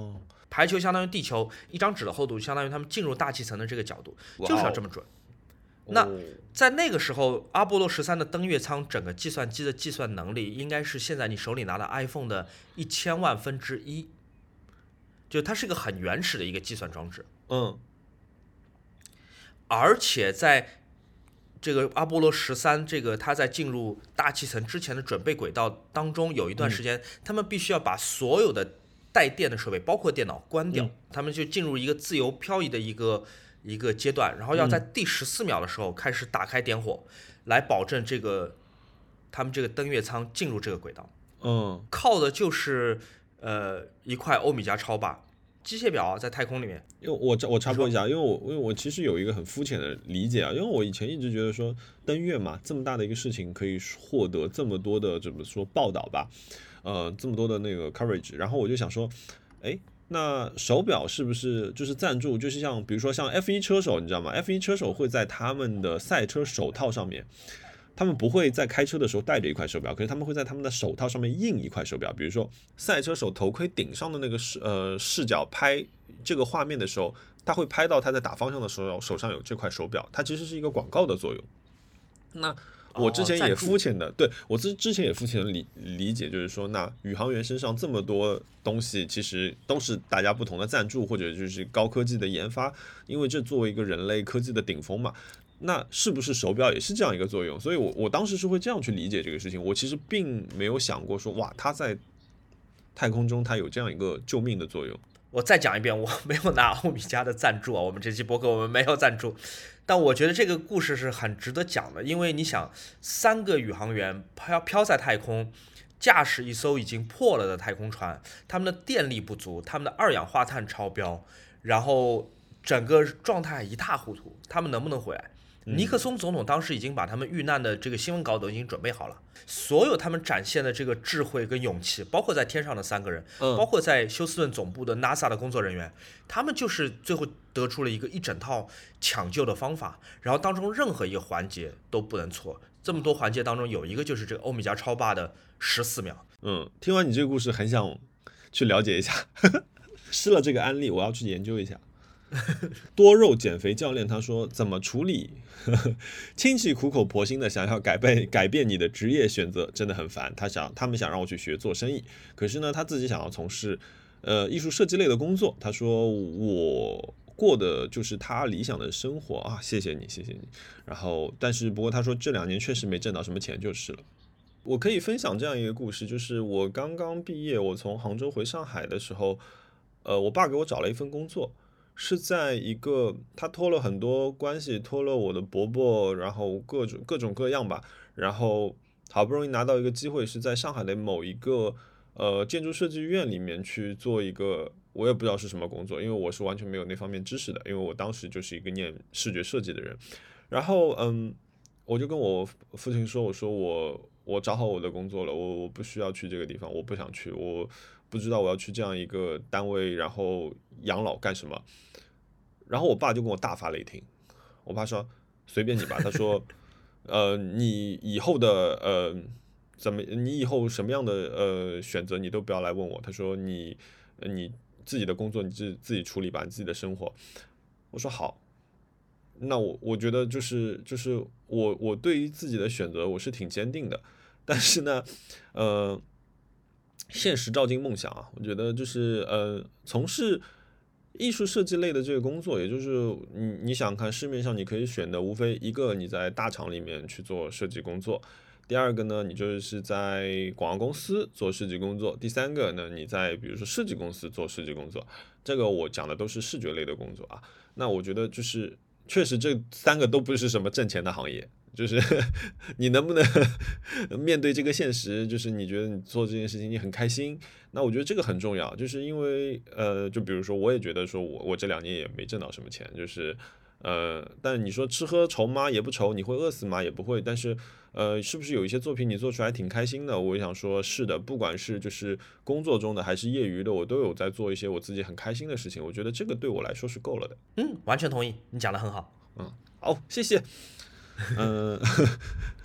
排球相当于地球，一张纸的厚度相当于他们进入大气层的这个角度，就是要这么准。那在那个时候，阿波罗十三的登月舱整个计算机的计算能力，应该是现在你手里拿的 iPhone 的一千万分之一，就它是一个很原始的一个计算装置。 嗯， 而且在这个阿波罗十三，这个它在进入大气层之前的准备轨道当中，有一段时间，嗯、他们必须要把所有的带电的设备，包括电脑关掉，嗯、他们就进入一个自由漂移的一个一个阶段，然后要在第十四秒的时候开始打开点火，嗯、来保证这个他们这个登月舱进入这个轨道。 嗯， 靠的就是呃一块欧米茄超霸。机械表啊，在太空里面， 因为我我插播一下，因为我因为我其实有一个很肤浅的理解啊，因为我以前一直觉得说登月嘛，这么大的一个事情可以获得这么多的怎么说报道吧，呃，这么多的那个 coverage， 然后我就想说，哎，那手表是不是就是赞助，就是像比如说像 F 一 车手，你知道吗 ？F 一 车手会在他们的赛车手套上面。他们不会在开车的时候带着一块手表，可是他们会在他们的手套上面印一块手表。比如说赛车手头盔顶上的那个视呃视角拍这个画面的时候，他会拍到他在打方向的时候手上有这块手表，它其实是一个广告的作用。那我之前也肤浅的，哦、对我之之前也肤浅的理理解就是说，那宇航员身上这么多东西，其实都是大家不同的赞助或者就是高科技的研发，因为这作为一个人类科技的顶峰嘛。那是不是手表也是这样一个作用？所以我我当时是会这样去理解这个事情。我其实并没有想过说，哇，它在太空中它有这样一个救命的作用。 我再讲一遍，我没有拿欧米茄的赞助啊，我们这期播客我们没有赞助，但我觉得这个故事是很值得讲的，因为你想，三个宇航员飘飘在太空，驾驶一艘已经破了的太空船，他们的电力不足，他们的二氧化碳超标，然后整个状态一塌糊涂，他们能不能回来？尼克松总统当时已经把他们遇难的这个新闻稿都已经准备好了，所有他们展现的这个智慧跟勇气，包括在天上的三个人， 嗯、 包括在休斯顿总部的 NASA 的工作人员，他们就是最后得出了一个一整套抢救的方法，然后当中任何一个环节都不能错。这么多环节当中，有一个就是这个欧米茄超霸的十四秒。 嗯，听完你这个故事，很想去了解一下，施了这个案例，我要去研究一下。多肉减肥教练他说，怎么处理亲戚苦口婆心的想要改变改变你的职业选择真的很烦。他想他们想让我去学做生意，可是呢他自己想要从事呃艺术设计类的工作。他说我过的就是他理想的生活啊，谢谢你谢谢你。然后但是不过他说这两年确实没挣到什么钱就是了。我可以分享这样一个故事，就是我刚刚毕业，我从杭州回上海的时候，呃我爸给我找了一份工作。是在一个他托了很多关系，托了我的伯伯，然后各种各种各样吧，然后好不容易拿到一个机会，是在上海的某一个呃建筑设计院里面去做一个，我也不知道是什么工作，因为我是完全没有那方面知识的，因为我当时就是一个念视觉设计的人。然后嗯，我就跟我父亲说，我说我我找好我的工作了，我我不需要去这个地方，我不想去，我不知道我要去这样一个单位，然后养老干什么。然后我爸就跟我大发雷霆，我爸说随便你吧，他说，呃，你以后的呃怎么，你以后什么样的呃选择你都不要来问我，他说你你自己的工作你自自己处理吧，你自己的生活。我说好，那我我觉得就是就是我我对于自己的选择我是挺坚定的，但是呢，呃，现实照进梦想啊，我觉得就是呃从事艺术设计类的这个工作，也就是你你想看市面上你可以选的，无非一个你在大厂里面去做设计工作，第二个呢你就是在广告公司做设计工作，第三个呢你在比如说设计公司做设计工作。这个我讲的都是视觉类的工作啊。那我觉得就是确实这三个都不是什么挣钱的行业，就是你能不能面对这个现实，就是你觉得你做这件事情你很开心，那我觉得这个很重要。就是因为呃，就比如说我也觉得说我我这两年也没挣到什么钱，就是呃，但你说吃喝愁吗？也不愁。你会饿死吗？也不会。但是呃，是不是有一些作品你做出来挺开心的？我想说是的，不管是就是工作中的还是业余的，我都有在做一些我自己很开心的事情。我觉得这个对我来说是够了的。 嗯，完全同意，你讲得很好。 嗯，好，谢谢。嗯，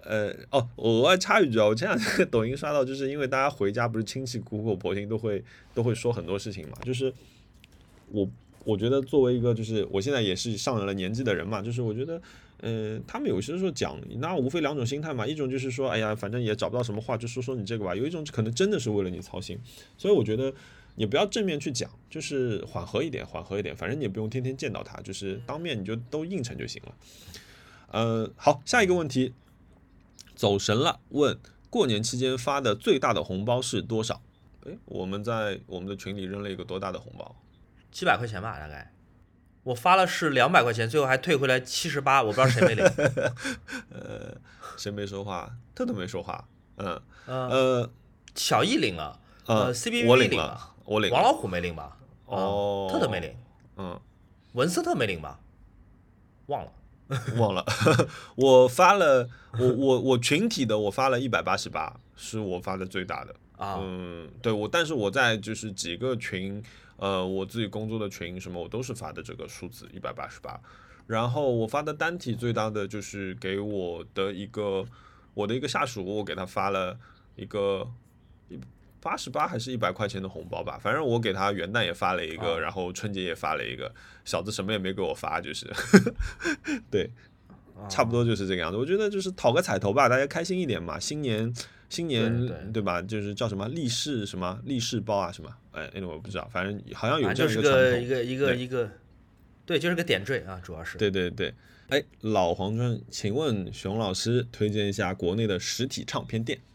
呃哦，我额外插一句啊，我前两天抖音刷到，就是因为大家回家不是亲戚苦口婆心都会都会说很多事情嘛，就是我我觉得作为一个就是我现在也是上了年纪的人嘛，就是我觉得。嗯，他们有些时候讲，那无非两种心态嘛，一种就是说，哎呀，反正也找不到什么话，就说说你这个吧；有一种可能真的是为了你操心，所以我觉得你不要正面去讲，就是缓和一点，缓和一点，反正你也不用天天见到他，就是当面你就都应承就行了。呃，好，下一个问题，走神了，问过年期间发的最大的红包是多少？哎，我们在我们的群里扔了一个多大的红包？ 几百块钱吧，大概。我发了是两百块钱，最后还退回来七十八，我不知道谁没领。 呃，谁没说话？特特没说话。嗯呃呃， 小易领了，呃 C B V 我领了， 我领了。 王老虎没领吧？ 哦， 特特没领。 嗯， 文斯特没领吧？忘了， 忘了。我发了，我我我群体的我发了一百八十八，是我发的最大的。 啊， 嗯，对我，但是我在就是几个群。呃，我自己工作的群什么，我都是发的这个数字一百八十八，然后我发的单体最大的就是给我的一个我的一个下属，我给他发了一个八十八还是一百块钱的红包吧，反正我给他元旦也发了一个， 啊、 然后春节也发了一个，小子什么也没给我发，就是对，差不多就是这个样子。我觉得就是讨个彩头吧，大家开心一点嘛，新年。新年 对, 对, 对吧？就是叫什么利是什么利是包啊什么？哎，那我不知道，反正好像有这样一个传统。 一个一个一个，对，就是个点缀啊，主要是。 对对对，哎，老黄砖，请问熊老师推荐一下国内的实体唱片店？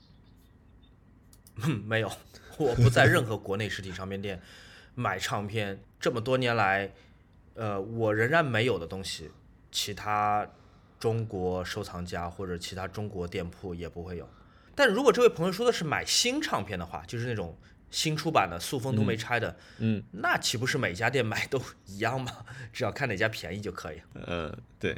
没有，我不在任何国内实体唱片店买唱片。这么多年来，呃，我仍然没有的东西，其他中国收藏家或者其他中国店铺也不会有。但如果这位朋友说的是买新唱片的话，就是那种新出版的塑封都没拆的， 嗯，嗯那岂不是每家店买都一样吗？只要看哪家便宜就可以。 呃，对，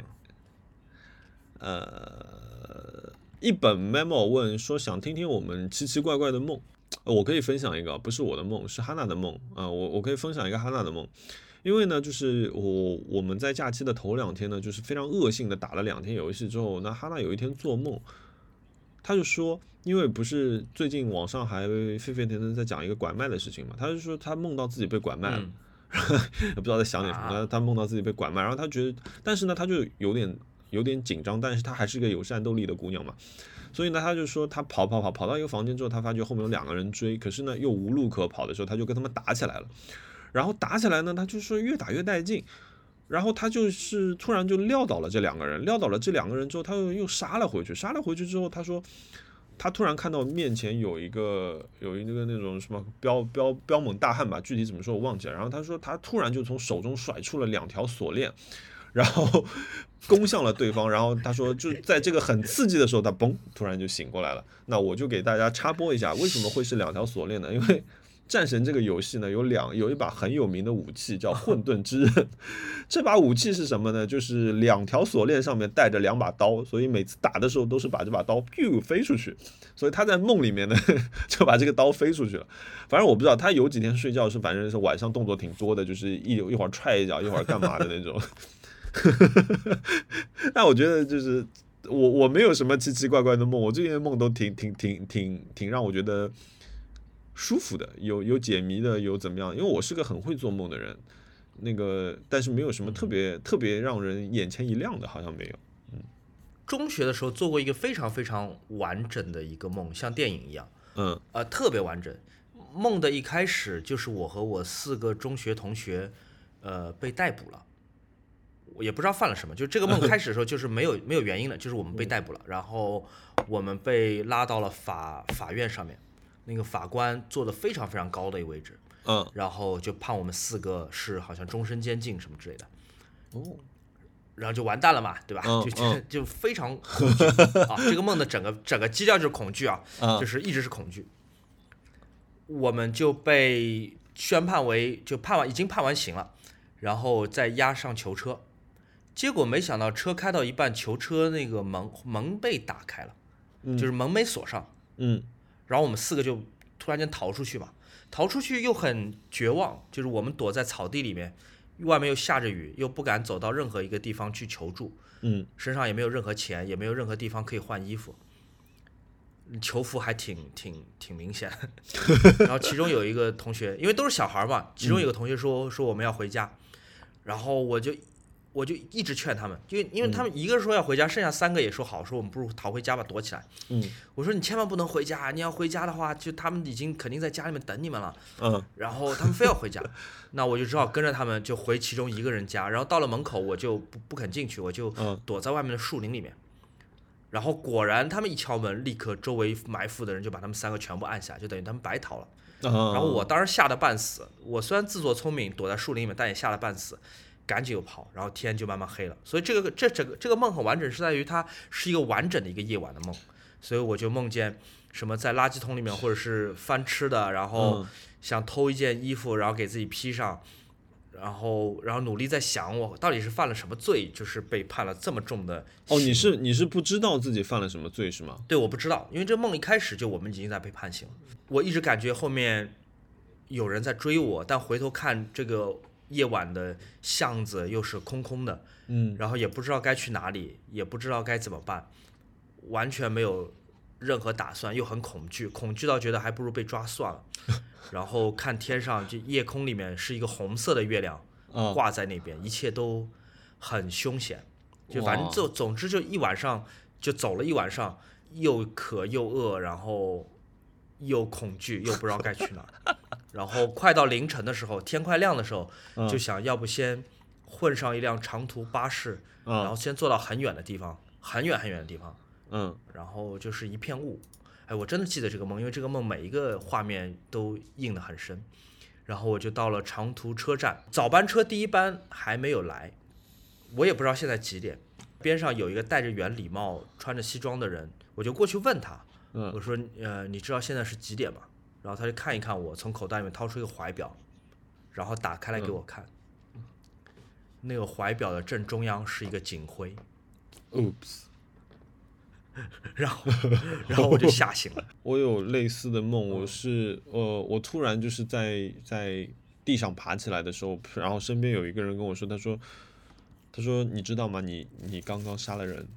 呃，一本 memo 问说想听听我们奇奇怪怪的梦，我可以分享一个，不是我的梦，是哈娜的梦啊、呃，我我可以分享一个哈娜的梦，因为呢，就是我我们在假期的头两天呢，就是非常恶性的打了两天游戏之后，那哈娜有一天做梦。他就说，因为不是最近网上还沸沸腾腾在讲一个拐卖的事情嘛，他就说他梦到自己被拐卖了，嗯、也不知道在想点什么，啊、他梦到自己被拐卖，然后他觉得，但是呢，他就有点有点紧张，但是他还是个有战斗力的姑娘嘛，所以呢，他就说他跑跑跑跑到一个房间之后，他发觉后面有两个人追，可是呢又无路可跑的时候，他就跟他们打起来了，然后打起来呢，他就说越打越带劲。然后他就是突然就撂倒了这两个人，撂倒了这两个人之后，他又又杀了回去，杀了回去之后，他说他突然看到面前有一个有一个那种什么彪彪彪猛大汉吧，具体怎么说我忘记了。然后他说他突然就从手中甩出了两条锁链，然后攻向了对方。然后他说就在这个很刺激的时候，他嘣突然就醒过来了。那我就给大家插播一下，为什么会是两条锁链呢？因为战神这个游戏呢，有两有一把很有名的武器叫混沌之刃，这把武器是什么呢？就是两条锁链上面带着两把刀，所以每次打的时候都是把这把刀 biu 飞出去，所以他在梦里面呢就把这个刀飞出去了。反正我不知道他有几天睡觉是反正是晚上动作挺多的，就是一一会儿踹一脚，一会儿干嘛的那种。但我觉得就是我我没有什么奇奇怪怪的梦，我最近的梦都挺挺挺挺挺让我觉得舒服的，有有解谜的，有怎么样？因为我是个很会做梦的人，那个但是没有什么特别、嗯、特别让人眼前一亮的，好像没有。嗯， 中学的时候做过一个非常非常完整的一个梦，像电影一样， 嗯， 呃，特别完整。梦的一开始就是我和我四个中学同学，呃，被逮捕了。我也不知道犯了什么，就这个梦开始的时候就是没有没有原因的，就是我们被逮捕了，然后我们被拉到了法法院上面。那个法官坐得非常非常高的一个位置， 嗯， 然后就判我们四个是好像终身监禁什么之类的， 哦， 然后就完蛋了嘛，对吧？ 嗯、 就、嗯、就非常恐惧啊！这个梦的整个整个基调就是恐惧啊， 嗯、 就是一直是恐惧。我们就被宣判为就判完已经判完刑了，然后再押上囚车，结果没想到车开到一半，囚车那个门门被打开了， 嗯、 就是门没锁上， 嗯。 然后我们四个就突然间逃出去嘛，逃出去又很绝望，就是我们躲在草地里面， 外面又下着雨，又不敢走到任何一个地方去求助， 嗯， 身上也没有任何钱，也没有任何地方可以换衣服，囚服还挺挺挺明显。然后其中有一个同学，因为都是小孩嘛，其中有个同学说说我们要回家，然后我就我就一直劝他们，因为因为他们一个说要回家，剩下三个也说好，说我们不如逃回家吧，躲起来。 嗯， 我说你千万不能回家，你要回家的话，就他们已经肯定在家里面等你们了。 嗯， 然后他们非要回家，那我就只好跟着他们就回其中一个人家，然后到了门口我就不不肯进去，我就躲在外面的树林里面。然后果然他们一敲门，立刻周围埋伏的人就把他们三个全部按下，就等于他们白逃了。然后我当时吓得半死，我虽然自作聪明躲在树林里面，但也吓得半死。赶紧又跑，然后天就慢慢黑了。所以这个这整个这个梦很完整，是在于它是一个完整的一个夜晚的梦。所以我就梦见什么在垃圾桶里面，或者是翻吃的，然后想偷一件衣服，然后给自己披上，然后然后努力在想我到底是犯了什么罪，就是被判了这么重的。 哦，你是你是不知道自己犯了什么罪是吗？ 对，我不知道，因为这梦一开始就我们已经在被判刑了。我一直感觉后面有人在追我，但回头看这个夜晚的巷子又是空空的， 嗯， 然后也不知道该去哪里，也不知道该怎么办，完全没有任何打算，又很恐惧，恐惧到觉得还不如被抓算了。然后看天上，就夜空里面是一个红色的月亮挂在那边，一切都很凶险，就反正就总之就一晚上就走了一晚上，又渴又饿，然后又恐惧又不知道该去哪儿。然后快到凌晨的时候，天快亮的时候，就想要不先混上一辆长途巴士，然后先坐到很远的地方，很远很远的地方， 嗯， 然后就是一片雾。哎，我真的记得这个梦，因为这个梦每一个画面都印得很深。然后我就到了长途车站，早班车第一班还没有来，我也不知道现在几点。边上有一个戴着圆礼帽、穿着西装的人，我就过去问他，我说：“呃，你知道现在是几点吗？”然后他就看一看我，从口袋里面掏出一个怀表，然后打开来给我看。嗯、那个怀表的正中央是一个警徽。 Oops 然后，然后我就吓醒了。 我有类似的梦，我是呃，我突然就是在在地上爬起来的时候，然后身边有一个人跟我说，他说，他说你知道吗？你你刚刚杀了人。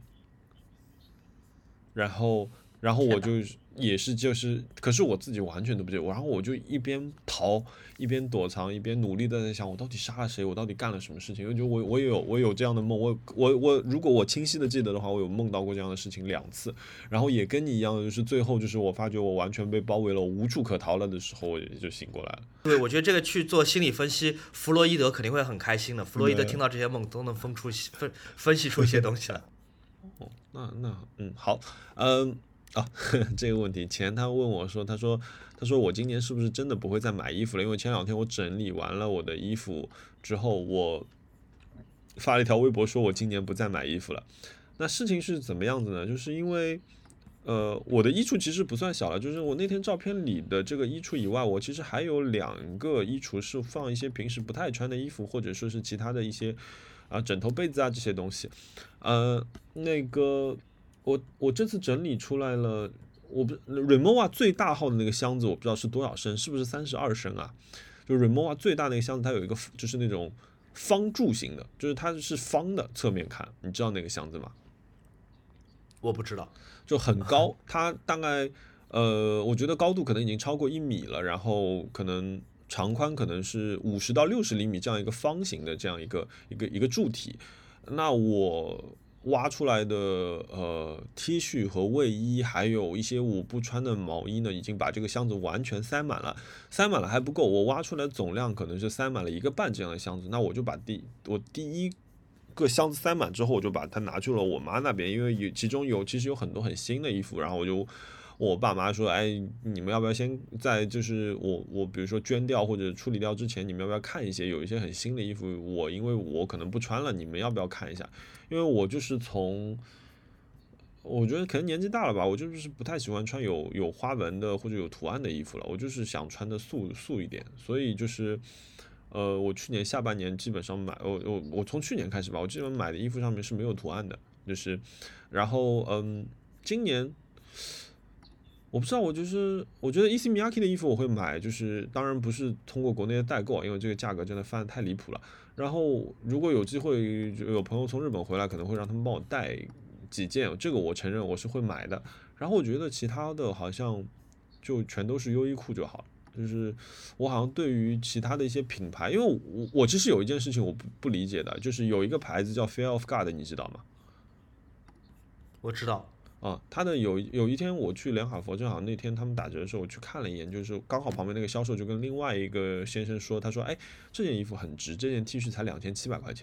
然后，然后我就也是就是，可是我自己完全都不记得，然后我就一边逃一边躲藏，一边努力的在想，我到底杀了谁？我到底干了什么事情？因为就我我也有我有这样的梦，我我我如果我清晰的记得的话，我有梦到过这样的事情两次，然后也跟你一样，就是最后就是我发觉我完全被包围了，我无处可逃了的时候，我也就醒过来了。 对，我觉得这个去做心理分析，弗洛伊德肯定会很开心的。弗洛伊德听到这些梦都能分出分分析出一些东西来。 哦，那那嗯好，嗯。啊，这个问题，前他问我说，他说，他说我今年是不是真的不会再买衣服了？因为前两天我整理完了我的衣服之后，我发了一条微博说我今年不再买衣服了。那事情是怎么样子呢？就是因为，呃，我的衣橱其实不算小了，就是我那天照片里的这个衣橱以外，我其实还有两个衣橱是放一些平时不太穿的衣服，或者说是其他的一些啊枕头、被子啊这些东西，呃，那个。我我这次整理出来了，我不 Rimowa 最大号的那个箱子，我不知道是多少升，是不是三十二升啊？就 Rimowa 最大那个箱子，它有一个就是那种方柱型的，就是它是方的，侧面看，你知道那个箱子吗？ 我不知道， 就很高，它大概呃，我觉得高度可能已经超过一米了，然后可能长宽可能是五十到六十厘米这样一个方形的这样一个一个一个柱体，那我。挖出来的呃 T 恤和卫衣，还有一些我不穿的毛衣呢，已经把这个箱子完全塞满了，塞满了还不够，我挖出来总量可能是塞满了一个半这样的箱子。那我就把第我第一个箱子塞满之后，我就把它拿去了我妈那边，因为有其中有其实有很多很新的衣服，然后我就我爸妈说，哎，你们要不要先在就是我我比如说捐掉或者处理掉之前，你们要不要看一些有一些很新的衣服，我因为我可能不穿了，你们要不要看一下？因为我就是从，我觉得可能年纪大了吧，我就是不太喜欢穿有有花纹的或者有图案的衣服了，我就是想穿的素素一点，所以就是，呃，我去年下半年基本上买，我我我从去年开始吧，我基本买的衣服上面是没有图案的，就是，然后嗯，今年， 我不知道，我就是我觉得 Issey Miyake 的衣服我会买，就是当然不是通过国内的代购，因为这个价格真的翻得太离谱了。然后如果有机会有朋友从日本回来，可能会让他们帮我带几件，这个我承认我是会买的。然后我觉得其他的好像就全都是优衣库就好了。就是我好像对于其他的一些品牌，因为我我其实有一件事情我不不理解的，就是有一个牌子叫 Fear of God， 你知道吗？ 我知道。 啊，他的有有一天我去连海佛，正好那天他们打折的时候，我去看了一眼，就是刚好旁边那个销售就跟另外一个先生说，他说：“哎，这件衣服很值，这件 T 恤才两千七百块钱。”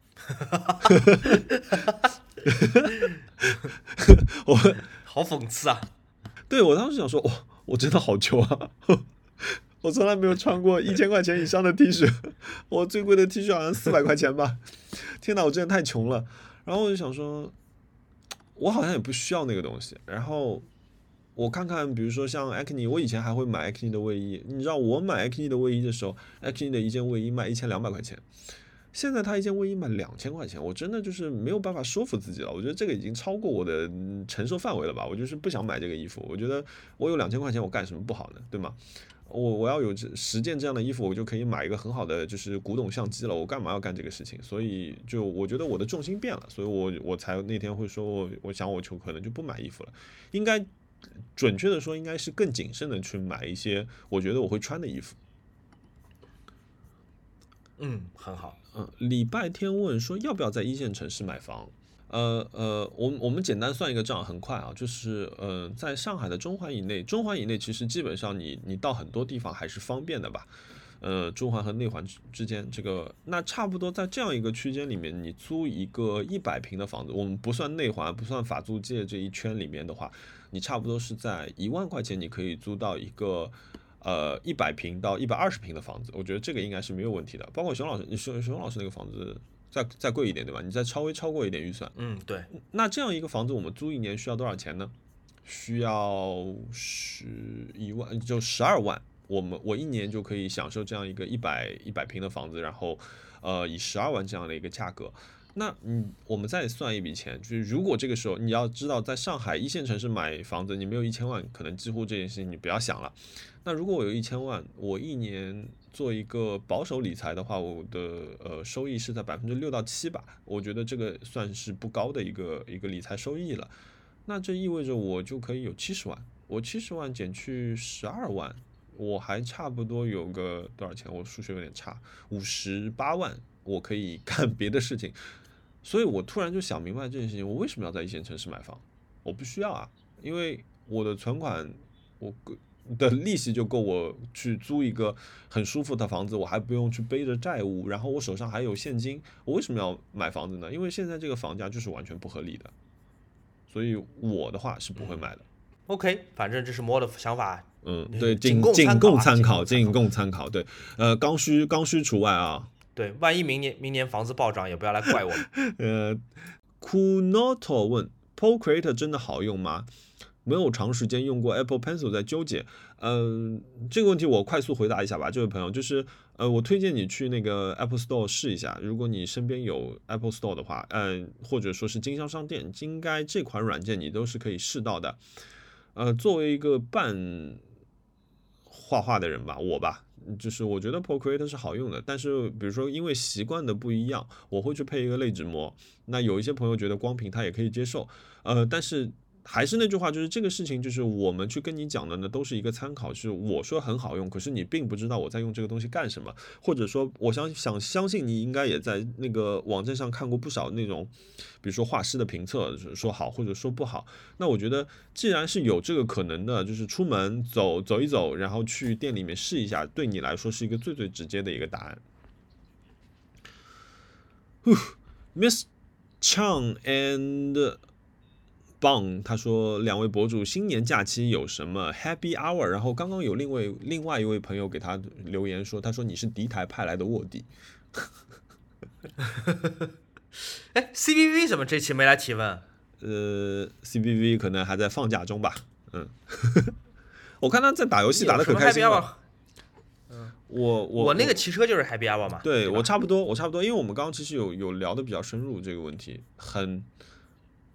我好讽刺啊！ 对我当时想说，哇，我真的好穷啊！我从来没有穿过一千块钱以上的 T 恤，我最贵的 T 恤好像四百块钱吧。天哪，我真的太穷了。然后我就想说。我好像也不需要那个东西，然后我看看，比如说像 Acne， 我以前还会买 Acne 的卫衣，你知道我买 Acne 的卫衣的时候 ，Acne 的一件卫衣卖一千两百块钱，现在他一件卫衣卖两千块钱，我真的就是没有办法说服自己了，我觉得这个已经超过我的承受范围了吧，我就是不想买这个衣服，我觉得我有两千块钱，我干什么不好呢，对吗？我我要有十件这样的衣服，我就可以买一个很好的就是古董相机了。我干嘛要干这个事情？所以就我觉得我的重心变了，所以我我才那天会说我我想我就可能就不买衣服了。应该准确的说，应该是更谨慎的去买一些我觉得我会穿的衣服。 嗯，很好。 嗯，礼拜天问说要不要在一线城市买房？呃呃，我我们简单算一个账，很快啊，就是呃，在上海的中环以内，中环以内其实基本上你你到很多地方还是方便的吧，呃，中环和内环之间这个，那差不多在这样一个区间里面，你租一个一百平的房子，我们不算内环，不算法租界这一圈里面的话，你差不多是在一万块钱，你可以租到一个。呃，一百平到一百二十平的房子，我觉得这个应该是没有问题的。包括熊老师，你熊熊老师那个房子再再贵一点，对吧？你再稍微超过一点预算， 嗯，对。 那这样一个房子，我们租一年需要多少钱呢？需要十一万，就十二万。我们我一年就可以享受这样一个一百一百平的房子，然后呃，以十二万这样的一个价格。那嗯，我们再算一笔钱，就是如果这个时候你要知道，在上海一线城市买房子，你没有一千万，可能几乎这件事情你不要想了。那如果我有一千万，我一年做一个保守理财的话，我的呃收益是在百分之六到七吧，我觉得这个算是不高的一个一个理财收益了。那这意味着我就可以有七十万，我七十万减去十二万，我还差不多有个多少钱？我数学有点差，五十八万，我可以干别的事情。所以我突然就想明白这件事情，我为什么要在一线城市买房？我不需要啊，因为我的存款，我的利息就够我去租一个很舒服的房子，我还不用去背着债务，然后我手上还有现金，我为什么要买房子呢？因为现在这个房价就是完全不合理的，所以我的话是不会买的。 嗯、OK， 反正这是摩的想法。 嗯，对， 仅仅供参考， 仅供参考。对，呃，刚需刚需除外啊。 对，万一明年明年房子暴涨，也不要来怪我们。 呃 ，Kunoto 问 Procreator 真的好用吗？没有长时间用过 Apple Pencil 在纠结。嗯、呃，这个问题我快速回答一下吧，这位朋友，就是呃，我推荐你去那个 Apple Store 试一下，如果你身边有 Apple Store 的话，嗯、呃，或者说是经销商店，应该这款软件你都是可以试到的。呃，作为一个半画画的人吧，我吧。就是我觉得 Procreator 是好用的，但是比如说因为习惯的不一样，我会去配一个类纸膜。那有一些朋友觉得光屏他也可以接受，呃，但是还是那句话，就是这个事情，就是我们去跟你讲的呢，都是一个参考，是我说很好用，可是你并不知道我在用这个东西干什么，或者说我想想相信你应该也在那个网站上看过不少那种，比如说画师的评测，说好或者说不好。那我觉得既然是有这个可能的，就是出门走走一走，然后去店里面试一下，对你来说是一个最最直接的一个答案。Miss Chang and棒，他说两位博主新年假期有什么 Happy Hour？ 然后刚刚有另外另外一位朋友给他留言说，他说你是敌台派来的卧底。 哎 ，C B V 怎么这期没来提问？ 呃 ，C B V 可能还在放假中吧。嗯，我看他在打游戏打得可开心了。 嗯， 我我我那个骑车就是 Happy Hour 嘛。 对，我差不多，我差不多，因为我们刚刚其实有有聊的比较深入这个问题，很。 嗯，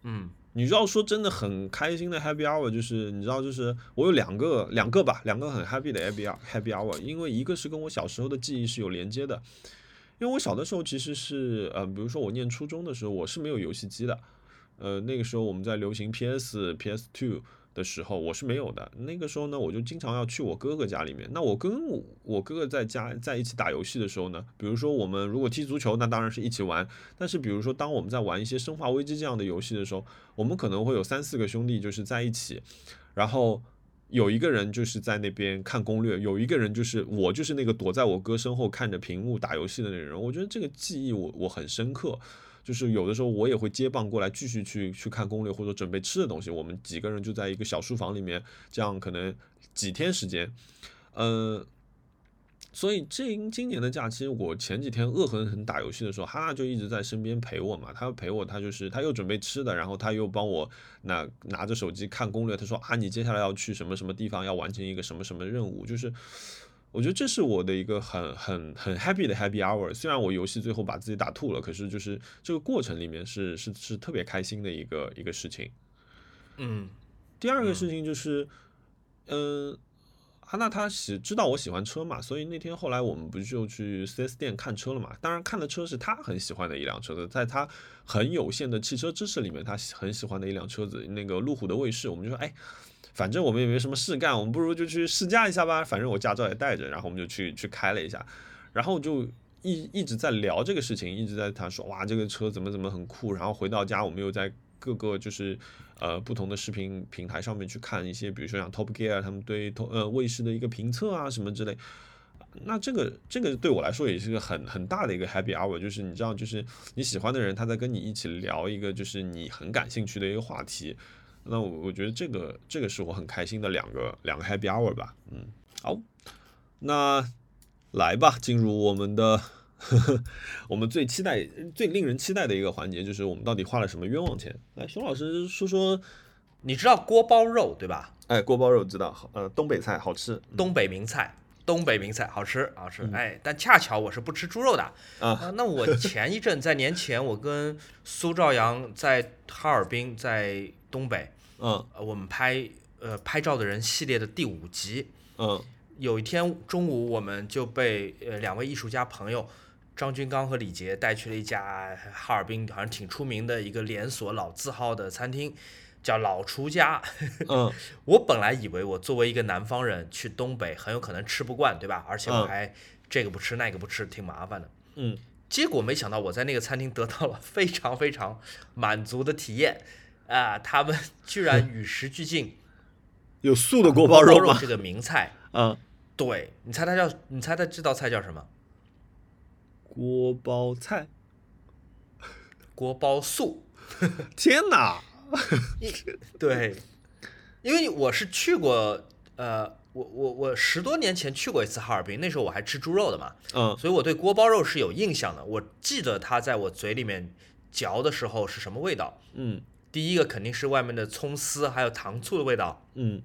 你知道说真的很开心的 happy hour， 就是你知道就是我有两个两个吧，两个很 happy 的 happy happy hour， 因为一个是跟我小时候的记忆是有连接的，因为我小的时候其实是呃，比如说我念初中的时候，我是没有游戏机的，呃，那个时候我们在流行 P S、P S 二 的时候，我是没有的。那个时候呢，我就经常要去我哥哥家里面。那我跟我我哥哥在家在一起打游戏的时候呢，比如说我们如果踢足球，那当然是一起玩。但是比如说当我们在玩一些生化危机这样的游戏的时候，我们可能会有三四个兄弟就是在一起，然后有一个人就是在那边看攻略，有一个人就是我就是那个躲在我哥身后看着屏幕打游戏的那个人。我觉得这个记忆我我很深刻。就是有的时候我也会接棒过来继续去去看攻略或者准备吃的东西，我们几个人就在一个小书房里面，这样可能几天时间，呃，所以这今年的假期，我前几天恶狠狠打游戏的时候，哈娜就一直在身边陪我嘛，他陪我，他就是他又准备吃的，然后他又帮我拿拿着手机看攻略，他说啊，你接下来要去什么什么地方，要完成一个什么什么任务，就是。我觉得这是我的一个很很很 happy 的 happy hour。虽然我游戏最后把自己打吐了，可是就是这个过程里面是是是特别开心的一个一个事情。 嗯， 第二个事情就是，嗯，哈娜她喜知道我喜欢车嘛，所以那天后来我们不就去 四 S 店看车了嘛？当然看的车是她很喜欢的一辆车子，在她很有限的汽车知识里面，她很喜欢的一辆车子，那个路虎的卫士。我们就说，哎。反正我们也没什么事干，我们不如就去试驾一下吧。反正我驾照也带着，然后我们就去去开了一下，然后就一一直在聊这个事情，一直在他说哇这个车怎么怎么很酷。然后回到家，我们又在各个就是呃不同的视频平台上面去看一些，比如说像 Top Gear 他们对呃卫士的一个评测啊什么之类。那这个这个对我来说也是个很很大的一个 happy hour， 就是你知道，就是你喜欢的人他在跟你一起聊一个就是你很感兴趣的一个话题。那我我觉得这个这个是我很开心的两个两个 happy hour 吧，嗯，好，那来吧，进入我们的呵呵我们最期待最令人期待的一个环节，就是我们到底花了什么冤枉钱？来，熊老师说说， 你知道锅包肉对吧？ 哎，锅包肉知道，呃，东北菜好吃， 东北名菜。东北名菜好吃好吃，哎，但恰巧我是不吃猪肉的啊、呃。那我前一阵在年前，我跟苏兆阳在哈尔滨，在东北， 嗯， 呃、我们拍呃拍照的人系列的第五集， 嗯， 有一天中午，我们就被呃两位艺术家朋友张军刚和李杰带去了一家哈尔滨好像挺出名的一个连锁老字号的餐厅。叫老厨家， 嗯， 我本来以为我作为一个南方人去东北很有可能吃不惯，对吧？而且我还这个不吃那个不吃，挺麻烦的。 嗯， 结果没想到我在那个餐厅得到了非常非常满足的体验啊！他们居然与时俱进， 有素的锅包肉吗？ 这个名菜， 嗯， 对，你猜它叫，你猜它这道菜叫什么？ 锅包菜， 锅包素。 天哪！ 对，因为我是去过，呃，我我我十多年前去过一次哈尔滨，那时候我还吃猪肉的嘛， 嗯， 所以我对锅包肉是有印象的。我记得它在我嘴里面嚼的时候是什么味道， 嗯， 第一个肯定是外面的葱丝还有糖醋的味道， 嗯，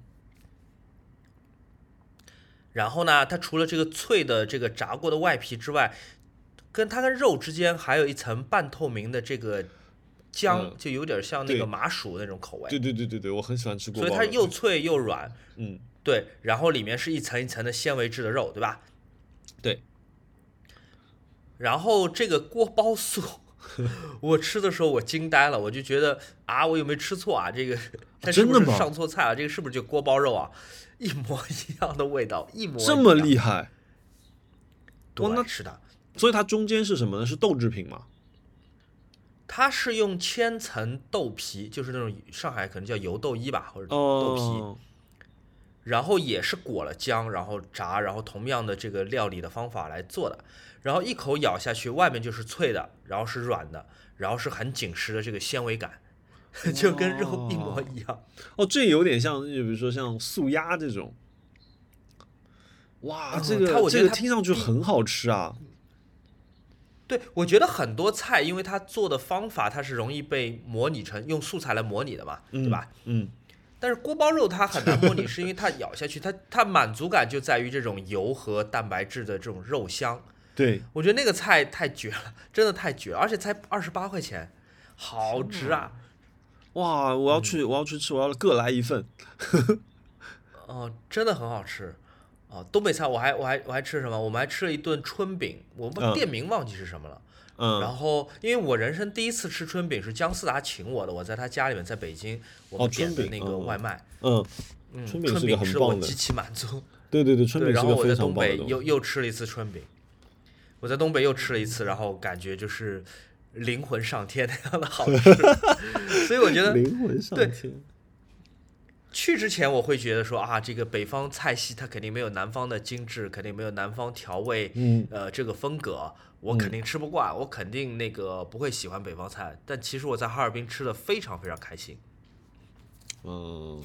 然后呢，它除了这个脆的这个炸过的外皮之外，跟它跟肉之间还有一层半透明的这个。姜就有点像那个麻薯那种口味， 对对对对对，我很喜欢吃锅包肉， 所以它又脆又软， 嗯， 对，然后里面是一层一层的纤维质的肉，对吧？ 对。 然后这个锅包素，我吃的时候我惊呆了，我就觉得啊，我有没有吃错啊？这个它是不是上错菜啊？这个是不是就锅包肉啊？一模一样的味道，一模一样， 这么厉害？ 对，那是的。 所以它中间是什么呢？是豆制品吗？ 它是用千层豆皮，就是那种上海可能叫油豆衣吧，或者豆皮， 哦、 然后也是裹了姜，然后炸，然后同样的这个料理的方法来做的，然后一口咬下去，外面就是脆的，然后是软的，然后是很紧实的这个纤维感，就跟肉一模一样。 哦，这有点像，就比如说像素鸭这种。哇，这个、嗯、这个听上去很好吃啊。 对，我觉得很多菜，因为它做的方法它是容易被模拟成用素材来模拟的嘛， 嗯、 对吧？ 嗯。 但是锅包肉它很难模拟，是因为它咬下去，它它满足感就在于这种油和蛋白质的这种肉香。 对， 我觉得那个菜太绝了，真的太绝了，而且才二十八块钱，好值啊！ 哇，我要去，嗯、我要去吃，我要各来一份。 哦，真的很好吃。哦，东北菜我还我还我还吃什么？我们还吃了一顿春饼，我们店名忘记是什么了。 嗯。 然后，因为我人生第一次吃春饼是姜思达请我的，我在他家里面，在北京，我们点的那个外卖。 哦、 嗯， 春饼是个很棒的， 我极其满足。 对对对，春饼是个非常棒的。 然后我在东北又又吃了一次春饼，我在东北又吃了一次，然后感觉就是灵魂上天那样的好吃。所以我觉得灵魂上天。 去之前我会觉得说啊，这个北方菜系它肯定没有南方的精致，肯定没有南方调味， 嗯， 呃，这个风格我肯定吃不惯，嗯、我肯定那个不会喜欢北方菜。但其实我在哈尔滨吃的非常非常开心。 嗯，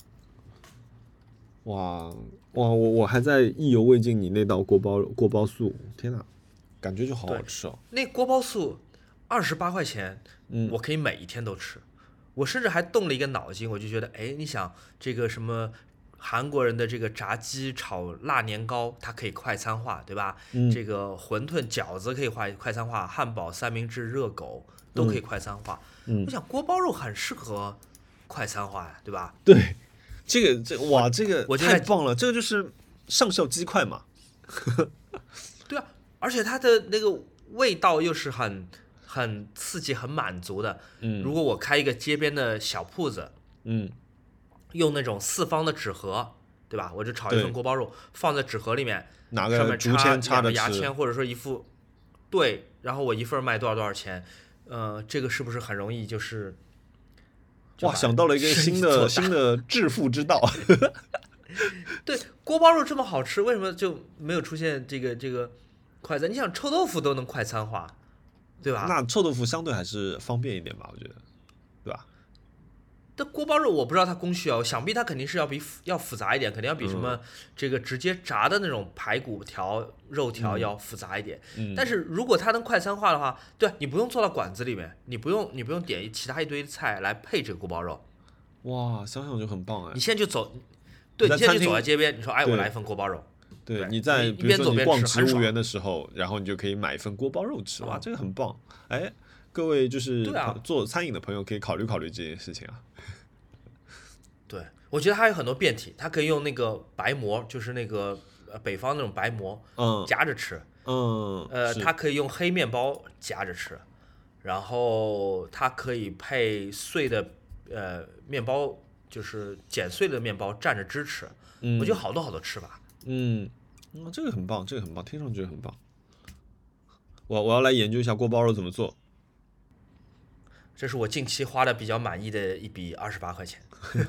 哇哇，我我还在意犹未尽你那道锅包锅包素，天哪，感觉就好好吃哦。 那锅包素二十八块钱， 嗯， 我可以每一天都吃。我甚至还动了一个脑筋，我就觉得，哎，你想这个什么韩国人的这个炸鸡炒辣年糕，它可以快餐化，对吧？ 嗯、 这个馄饨饺子可以快快餐化，汉堡、三明治、热狗都可以快餐化。 嗯、 我想锅包肉很适合快餐化呀，对吧？ 对，这个这哇，这个我太棒了，这个就是上校鸡块嘛。 对啊，而且它的那个味道又是很。很刺激，很满足的。 嗯， 如果我开一个街边的小铺子， 嗯， 用那种四方的纸盒，对吧？我就炒一份锅包肉，放在纸盒里面， 拿个上面竹签插着牙签，或者说一副，对，然后我一份卖多少多少钱，呃，这个是不是很容易就是？ 哇，想到了一个新的新的致富之道。 对，锅包肉这么好吃，为什么就没有出现这个这个快餐？你想臭豆腐都能快餐化。对吧？ 那臭豆腐相对还是方便一点吧，我觉得，对吧？ 这锅包肉我不知道它工序啊，想必它肯定是要比要复杂一点，肯定要比什么、嗯、这个直接炸的那种排骨条、肉条要复杂一点。 嗯、 但是如果它能快餐化的话，对，你不用做到馆子里面，你不用你不用点其他一堆菜来配这个锅包肉。 哇，想想就很棒哎！ 你现在就走，对，你现在就走在街边，你说哎，我来一份锅包肉。 对，你在比如说你逛植物园的时候，然后你就可以买一份锅包肉吃，哇，这个很棒！哎，各位就是做餐饮的朋友可以考虑考虑这件事情啊。 对，我觉得它有很多变体，它可以用那个白馍，就是那个呃北方那种白馍， 嗯， 夹着吃， 嗯， 呃，它可以用黑面包夹着吃，然后它可以配碎的呃面包，就是剪碎的面包蘸着汁吃， 嗯， 我觉得好多好多吃法， 嗯。哦，这个很棒，这个很棒，听上去很棒。我我要来研究一下锅包肉怎么做。 这是我近期花的比较满意的一笔二十八块钱。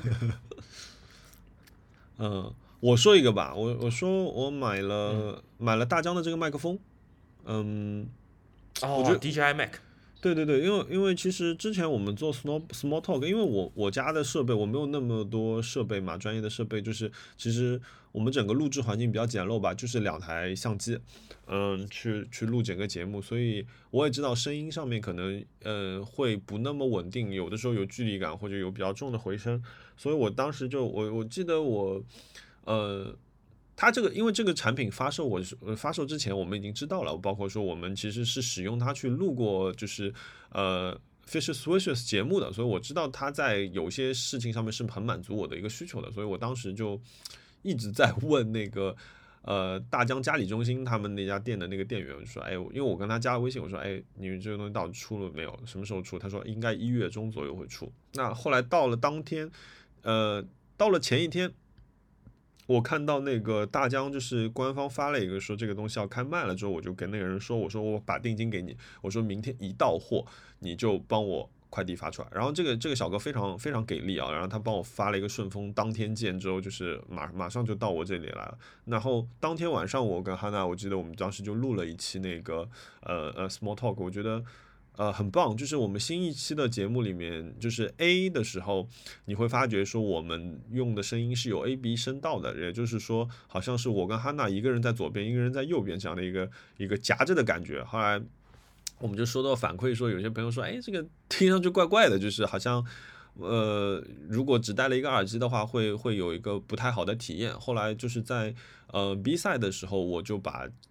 嗯，我说一个吧，我我说我买了、 嗯、 买了大疆的这个麦克风，嗯， 哦， 我觉得 D J I Mac。 对对对，因为因为其实之前我们做 small small talk，因为我我家的设备我没有那么多设备嘛，专业的设备就是其实我们整个录制环境比较简陋吧，就是两台相机，嗯，去去录整个节目，所以我也知道声音上面可能呃会不那么稳定，有的时候有距离感或者有比较重的回声，所以我当时就我我记得我呃。它这个，因为这个产品发售，我是发售之前我们已经知道了，包括说我们其实是使用它去录过，就是呃 Fisher Swishers 节目的，所以我知道它在有些事情上面是很满足我的一个需求的，所以我当时就一直在问那个呃大疆嘉里中心他们那家店的那个店员，我就说，哎，因为我跟他加了微信，我说，哎，你们这个东西到底出了没有？什么时候出？他说应该一月中左右会出。那后来到了当天，呃，到了前一天。我看到那个大疆就是官方发了一个说这个东西要开卖了之后，我就跟那个人说，我说我把定金给你，我说明天一到货你就帮我快递发出来。然后这个这个小哥非常非常给力啊，然后他帮我发了一个顺丰当天件之后，就是马马上就到我这里来了。然后当天晚上我跟哈娜，我记得我们当时就录了一期那个呃呃 small talk， 我觉得。呃，很棒，就是我们新一期的节目里面，就是 A 的时候，你会发觉说我们用的声音是有 A、B 声道的，也就是说，好像是我跟哈娜一个人在左边，一个人在右边这样的一个一个夹着的感觉。后来我们就收到反馈说，有些朋友说，哎，这个听上去怪怪的，就是好像。呃，如果只戴了一个耳机的话，会会有一个不太好的体验。后来就是在呃 B 赛的时候，我就把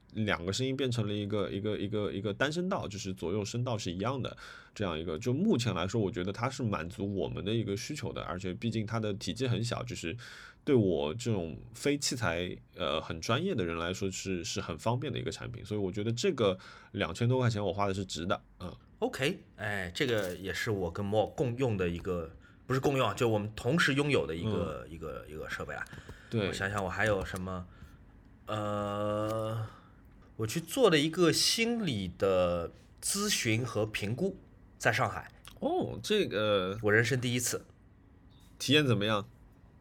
两个声音变成了一个一个一个一个单声道，就是左右声道是一样的这样一个。就目前来说，我觉得它是满足我们的一个需求的，而且毕竟它的体积很小，就是对我这种非器材呃很专业的人来说是是很方便的一个产品。所以我觉得这个两千多块钱我花的是值的，嗯。 OK， 哎，这个也是我跟莫共用的一个，不是共用，就我们同时拥有的一个、嗯、一个一个设备啊。 对， 我想想，我还有什么？呃，我去做了一个心理的咨询和评估，在上海。 哦，这个我人生第一次， 体验怎么样？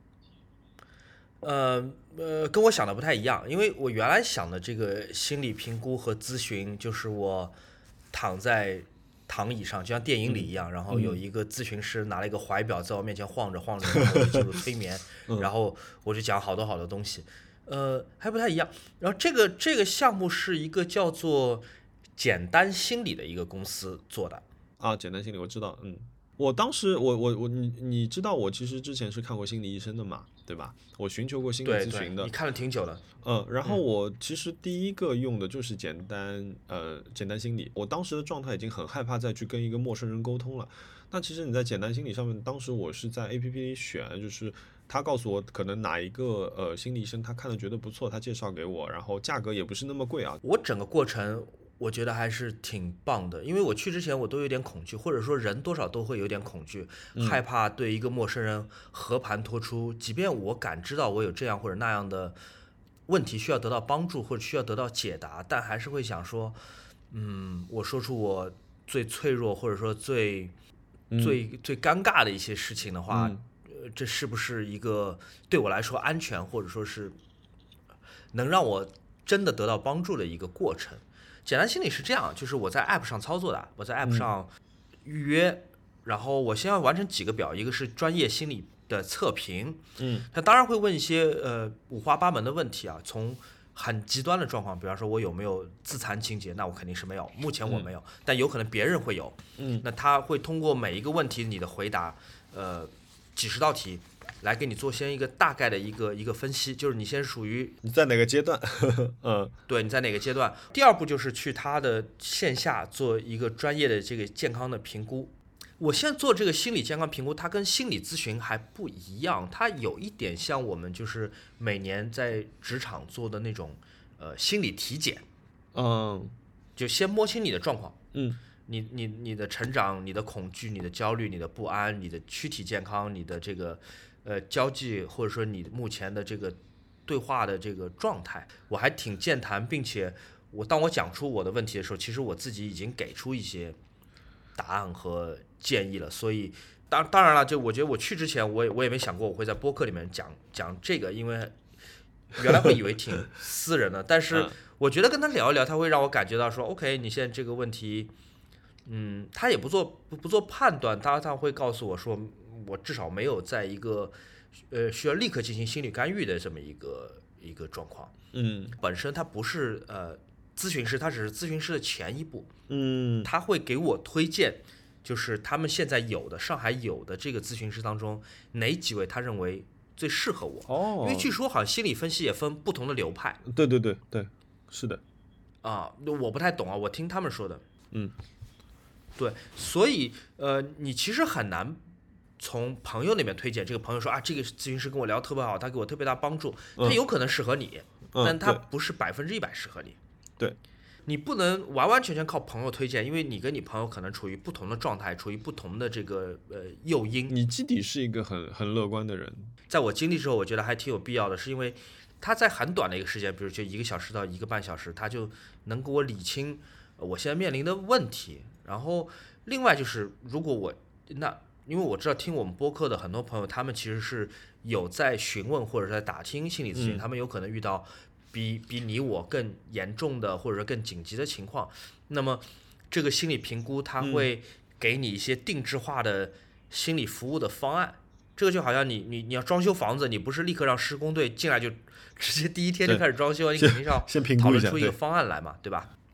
呃呃，跟我想的不太一样，因为我原来想的这个心理评估和咨询，就是我躺在躺椅上，就像电影里一样，嗯、然后有一个咨询师拿了一个怀表在我面前晃着晃着，然后我就进入催眠，嗯、然后我就讲好多好多东西，呃，还不太一样。然后这个这个项目是一个叫做简单心理的一个公司做的啊，简单心理我知道，嗯，我当时我我我你你知道我其实之前是看过心理医生的嘛，对吧？我寻求过心理咨询的， 你看了挺久的。 嗯，然后我其实第一个用的就是简单呃简单心理，我当时的状态已经很害怕再去跟一个陌生人沟通了。那其实你在简单心理上面，当时我是在 A P P 里选，就是他告诉我可能哪一个呃心理医生他看了觉得不错，他介绍给我，然后价格也不是那么贵啊。 我整个过程我觉得还是挺棒的，因为我去之前我都有点恐惧，或者说人多少都会有点恐惧， 嗯、 害怕对一个陌生人和盘托出，即便我感知到我有这样或者那样的问题需要得到帮助或者需要得到解答，但还是会想说，嗯，我说出我最脆弱或者说最、嗯、最最尴尬的一些事情的话、嗯呃，这是不是一个对我来说安全或者说是能让我真的得到帮助的一个过程？简单心理是这样，就是我在 App 上操作的，我在 App 上预约，嗯、然后我先要完成几个表，一个是专业心理的测评， 嗯， 他当然会问一些呃五花八门的问题啊，从很极端的状况，比方说我有没有自残情节，那我肯定是没有，目前我没有，嗯、但有可能别人会有， 嗯， 那他会通过每一个问题你的回答，呃，几十道题。来给你做先一个大概的一个一个分析，就是你先属于你在哪个阶段，嗯， 对，你在哪个阶段。第二步就是去他的线下做一个专业的这个健康的评估。我现在做这个心理健康评估，它跟心理咨询还不一样，它有一点像我们就是每年在职场做的那种呃心理体检， 嗯， 就先摸清你的状况， 嗯， 你你你的成长、你的恐惧、你的焦虑、你的不安、你的躯体健康、你的这个。呃，交际或者说你目前的这个对话的这个状态，我还挺健谈，并且我当我讲出我的问题的时候，其实我自己已经给出一些答案和建议了。所以当当然了，就我觉得我去之前，我也我也没想过我会在播客里面讲讲这个，因为原来会以为挺私人的，但是我觉得跟他聊一聊，他会让我感觉到说 ，OK， 你现在这个问题，嗯，他也不做不不做判断，他他会告诉我说。我至少没有在一个，呃，需要立刻进行心理干预的这么一个一个状况。 嗯， 本身他不是呃咨询师，他只是咨询师的前一步。 嗯， 他会给我推荐，就是他们现在有的上海有的这个咨询师当中，哪几位他认为最适合我。 哦， 因为据说好像心理分析也分不同的流派。 对对对对，是的。 啊，我不太懂啊，我听他们说的。 嗯， 对，所以呃，你其实很难。从朋友那边推荐，这个朋友说啊，这个咨询师跟我聊特别好，他给我特别大帮助，他有可能适合你， 嗯、 但他不是百分之一百适合你。 对， 你不能完完全全靠朋友推荐，因为你跟你朋友可能处于不同的状态，处于不同的这个呃诱因。 你基底是一个很很乐观的人， 在我经历之后，我觉得还挺有必要的，是因为他在很短的一个时间，比如就一个小时到一个半小时，他就能给我理清我现在面临的问题。然后另外就是，如果我那。因为我知道听我们播客的很多朋友，他们其实是有在询问或者在打听心理咨询，嗯、他们有可能遇到比比你我更严重的或者说更紧急的情况。那么这个心理评估，它会给你一些定制化的心理服务的方案。嗯、这个就好像你你你要装修房子，你不是立刻让施工队进来就直接第一天就开始装修，你肯定是要先评估一下讨论出一个方案来嘛，对吧？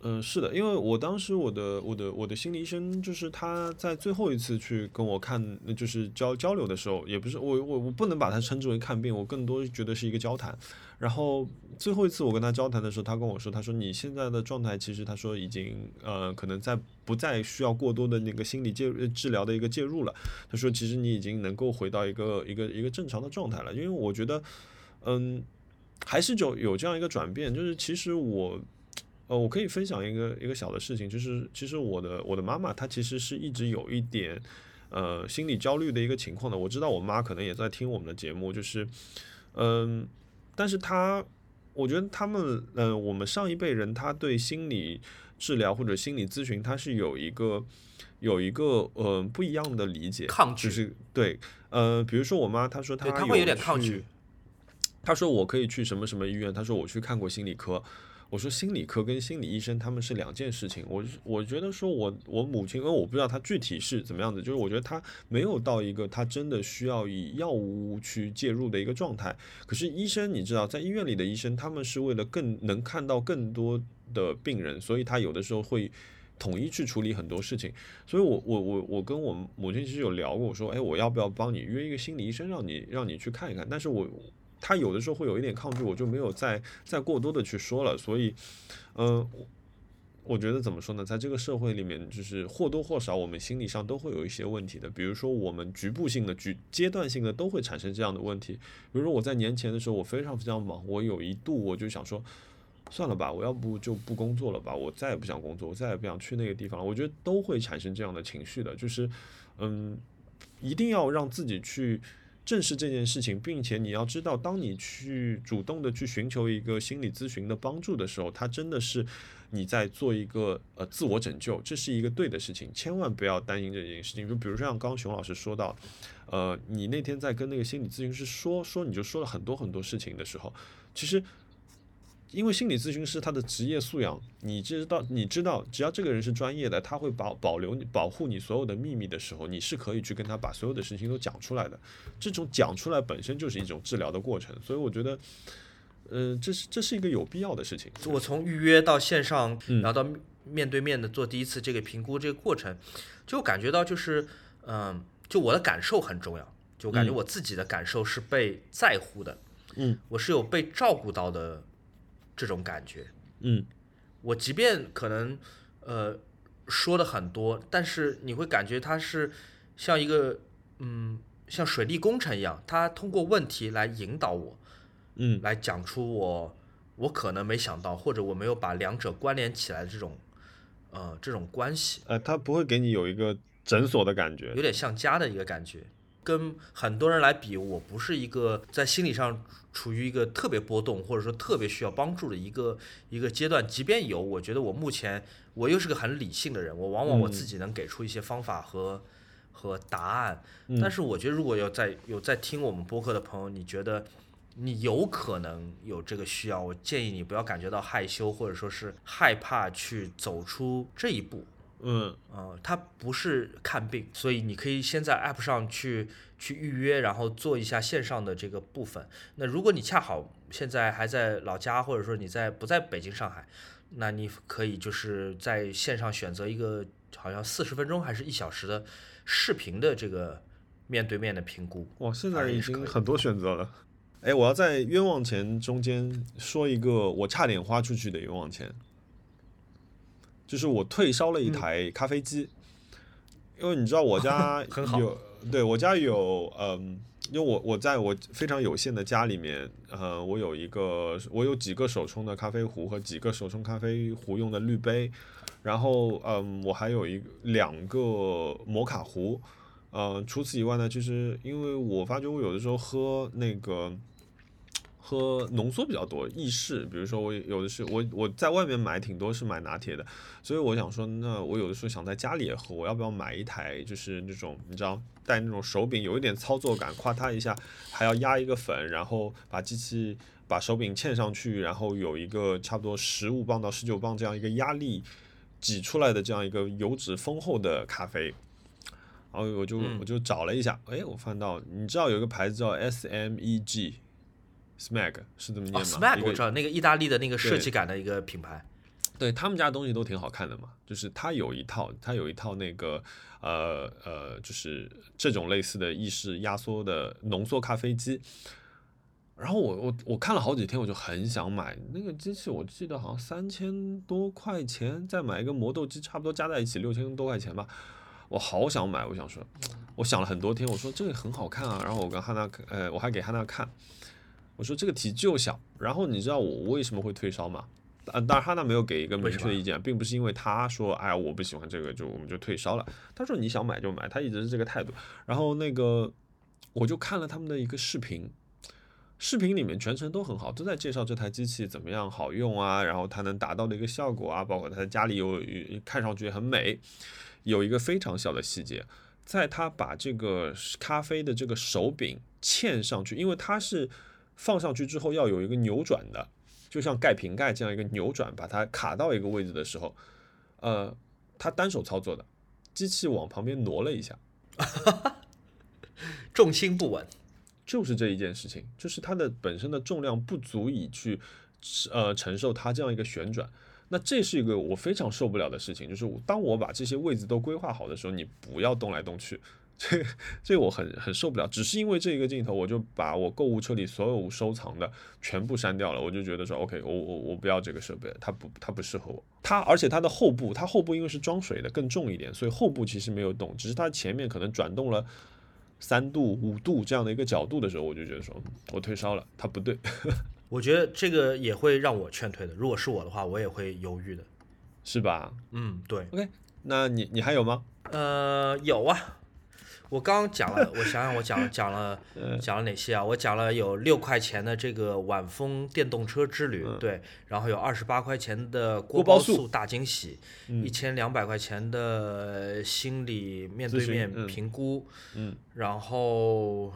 嗯，是的，因为我当时我的我的我的心理医生就是他在最后一次去跟我看，就是交交流的时候，也不是我我我不能把它称之为看病，我更多觉得是一个交谈。然后最后一次我跟他交谈的时候，他跟我说，他说你现在的状态其实他说已经呃可能在不再需要过多的那个心理介治疗的一个介入了。他说其实你已经能够回到一个一个一个正常的状态了，因为我觉得嗯还是就有这样一个转变，就是其实我。呃，我可以分享一个一个小的事情，就是其实我的我的妈妈她其实是一直有一点呃心理焦虑的一个情况的。我知道我妈可能也在听我们的节目，就是嗯、呃，但是她我觉得他们呃我们上一辈人他对心理治疗或者心理咨询，他是有一个有一个呃不一样的理解， 抗拒， 就是对呃，比如说我妈她说她她会有点抗拒， 她说我可以去什么什么医院，她说我去看过心理科。我说心理科跟心理医生他们是两件事情，我我觉得说我我母亲，因为我不知道她具体是怎么样子，就是我觉得她没有到一个她真的需要以药物去介入的一个状态。可是医生，你知道，在医院里的医生，他们是为了更能看到更多的病人，所以他有的时候会统一去处理很多事情。所以我我我我跟我母亲其实有聊过，我说，哎，我要不要帮你约一个心理医生，让你让你去看一看？但是我。他有的时候会有一点抗拒，我就没有再再过多的去说了。所以，嗯、呃，我觉得怎么说呢，在这个社会里面，就是或多或少我们心理上都会有一些问题的。比如说我们局部性的、局阶段性的都会产生这样的问题。比如说我在年前的时候，我非常非常忙，我有一度我就想说，算了吧，我要不就不工作了吧，我再也不想工作，我再也不想去那个地方了。我觉得都会产生这样的情绪的，就是嗯，一定要让自己去。正视这件事情，并且你要知道，当你去主动的去寻求一个心理咨询的帮助的时候，它真的是你在做一个呃自我拯救，这是一个对的事情，千万不要担心这件事情。就比如说像刚刚熊老师说到，呃，你那天在跟那个心理咨询师说说，你就说了很多很多事情的时候，其实。因为心理咨询师他的职业素养，你知道，你知道，只要这个人是专业的，他会保保留你、保护你所有的秘密的时候，你是可以去跟他把所有的事情都讲出来的。这种讲出来本身就是一种治疗的过程，所以我觉得，呃，这是这是一个有必要的事情。 我从预约到线上，然后到面对面的做第一次这个评估这个过程，就感觉到就是，嗯、呃，就我的感受很重要，就感觉我自己的感受是被在乎的， 嗯， 我是有被照顾到的。这种感觉， 嗯， 我即便可能呃说的很多，但是你会感觉它是像一个嗯像水利工程一样，它通过问题来引导我， 嗯， 来讲出我我可能没想到，或者我没有把两者关联起来的这种呃这种关系， 呃，它不会给你有一个诊所的感觉， 有点像家的一个感觉。跟很多人来比，我不是一个在心理上处于一个特别波动，或者说特别需要帮助的一个一个阶段。即便有，我觉得我目前我又是个很理性的人，我往往我自己能给出一些方法和、嗯、和答案。但是我觉得，如果有在有在听我们播客的朋友，你觉得你有可能有这个需要，我建议你不要感觉到害羞，或者说是害怕去走出这一步。 嗯， 呃，它不是看病，所以你可以先在 App 上去去预约，然后做一下线上的这个部分。那如果你恰好现在还在老家，或者说你在不在北京、上海，那你可以就是在线上选择一个好像四十分钟还是一小时的视频的这个面对面的评估。 哇，现在已经很多选择了。哎，我要在冤枉钱中间说一个我差点花出去的冤枉钱。就是我退烧了一台咖啡机，嗯、因为你知道我家有，对我家有，嗯，因为我我在我非常有限的家里面，呃，我有一个我有几个手冲的咖啡壶和几个手冲咖啡壶用的滤杯，然后嗯，我还有一两个摩卡壶，呃，除此以外呢，就是因为我发觉我有的时候喝那个。喝浓缩比较多，意式，比如说我有的是我我在外面买挺多是买拿铁的，所以我想说，那我有的时候想在家里也喝，我要不要买一台就是那种你知道带那种手柄，有一点操作感，夸它一下，还要压一个粉，然后把机器把手柄嵌上去，然后有一个差不多十五磅到十九磅这样一个压力挤出来的这样一个油脂丰厚的咖啡。然后我就我就找了一下，哎，我翻到你知道有一个牌子叫 S M E G。S M A G 是这么念吗？ 哦 S M A G 我知道，那个意大利的那个设计感的一个品牌。 对他们家的东西都挺好看的嘛，就是他有一套，他有一套那个呃呃，就是这种类似的意式压缩的浓缩咖啡机。然后我我我看了好几天，我就很想买那个机器，我记得好像三千多块钱，再买一个磨豆机，差不多加在一起六千多块钱吧。我好想买，我想说，我想了很多天，我说这个很好看啊。然后我跟汉娜，呃，我还给汉娜看，我说这个体积又小。然后你知道我为什么会退烧吗？啊，当然汉娜没有给一个明确的意见，并不是因为他说，哎呀，我不喜欢这个，就我们就退烧了。他说你想买就买，他一直是这个态度。然后那个我就看了他们的一个视频。视频里面全程都很好，都在介绍这台机器怎么样好用啊，然后它能达到的一个效果啊，包括它在家里有看上去也很美。有一个非常小的细节，在它把这个咖啡的这个手柄嵌上去，因为它是放上去之后要有一个扭转的，就像盖瓶盖这样一个扭转，把它卡到一个位置的时候，呃，它单手操作的，机器往旁边挪了一下， 重心不稳。 就是这一件事情，就是它的本身的重量不足以去呃承受它这样一个旋转，那这是一个我非常受不了的事情，就是当我把这些位置都规划好的时候，你不要动来动去，这这我很很受不了。只是因为这个镜头，我就把我购物车里所有收藏的全部删掉了，我就觉得说 OK， 我我我不要这个设备，它不它不适合我。它而且它的后部，它后部因为是装水的更重一点，所以后部其实没有动，只是它前面可能转动了三度五度这样的一个角度的时候，我就觉得说我退烧了，它不对。 我觉得这个也会让我劝退的，如果是我的话，我也会犹豫的， 是吧？ 嗯，对。 OK， 那你你还有吗？ 呃，有啊，我刚刚讲了，我想想我讲讲了讲了哪些啊？我讲了有六块钱的这个晚风电动车之旅， 嗯、 对，然后有二十八块钱的锅包素大惊喜， 一千两百块钱的心理面对面评估， 嗯，嗯然后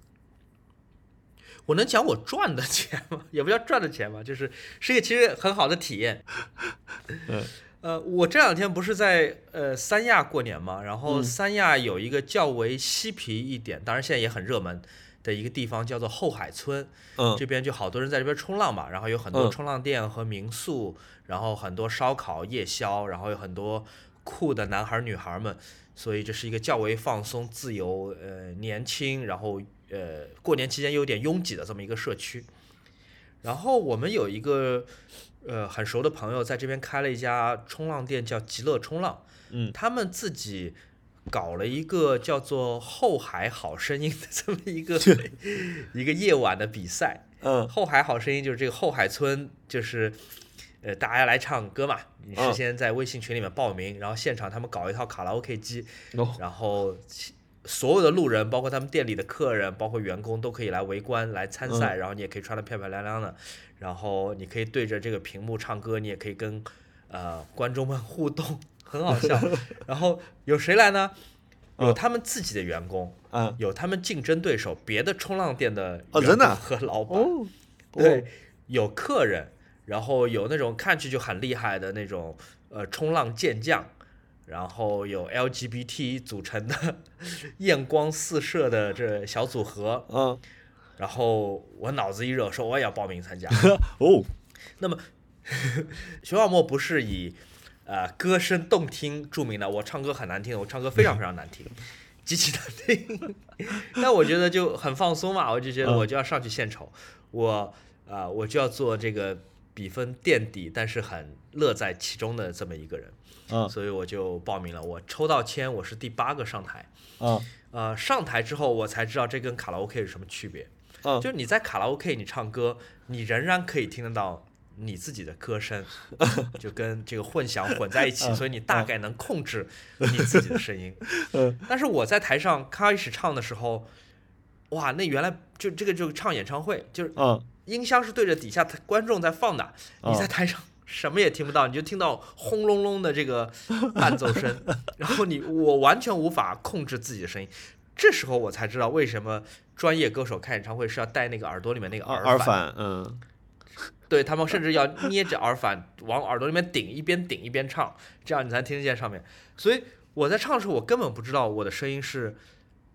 我能讲我赚的钱吗？也不叫赚的钱吧，就是是一个其实很好的体验。 嗯呃，我这两天不是在呃三亚过年嘛，然后三亚有一个较为嬉皮一点，当然现在也很热门的一个地方叫做后海村， 嗯， 这边就好多人在这边冲浪嘛，然后有很多冲浪店和民宿，然后很多烧烤夜宵，然后有很多酷的男孩女孩们，所以这是一个较为放松、自由、呃年轻，然后呃过年期间有点拥挤的这么一个社区。然后我们有一个呃很熟的朋友在这边开了一家冲浪店，叫极乐冲浪。 嗯， 他们自己搞了一个叫做后海好声音的这么一个一个夜晚的比赛。 嗯， 后海好声音就是这个后海村，就是呃大家来唱歌嘛，你事先在微信群里面报名，然后现场他们搞一套卡拉 OK 机， 哦、 然后所有的路人，包括他们店里的客人，包括员工都可以来围观来参赛， 嗯、 然后你也可以穿得漂漂亮亮的，然后你可以对着这个屏幕唱歌，你也可以跟呃观众们互动，很好笑。然后有谁来呢？有他们自己的员工， 嗯、 有他们竞争对手别的冲浪店的员工和老板， 哦、 对，有客人，然后有那种看去就很厉害的那种呃冲浪健将。然后有 L G B T 组成的艳光四射的这小组合， 嗯， 然后我脑子一热，说我也要报名参加。 哦， 那么熊小莫不是以呃歌声动听著名的，我唱歌很难听，我唱歌非常非常难听，极其难听。但我觉得就很放松嘛，我就觉得我就要上去献丑，我啊、呃、我就要做这个比分垫底，但是很乐在其中的这么一个人。 嗯， 所以我就报名了，我抽到签，我是第八个上台。 嗯， 呃，上台之后我才知道这跟卡拉 OK 是什么区别。 嗯， 就是你在卡拉 OK 你唱歌，你仍然可以听得到你自己的歌声，就跟这个混响混在一起，所以你大概能控制你自己的声音。但是我在台上开始唱的时候，哇，那原来就这个就唱演唱会，就是音箱是对着底下观众在放的，你在台上什么也听不到，你就听到轰隆隆的这个伴奏声，然后你我完全无法控制自己的声音。这时候我才知道为什么专业歌手开演唱会是要戴那个耳朵里面那个耳返， 返，嗯， 对，他们甚至要捏着耳返往耳朵里面顶，一边顶一边唱，这样你才听得见上面。所以我在唱的时候，我根本不知道我的声音是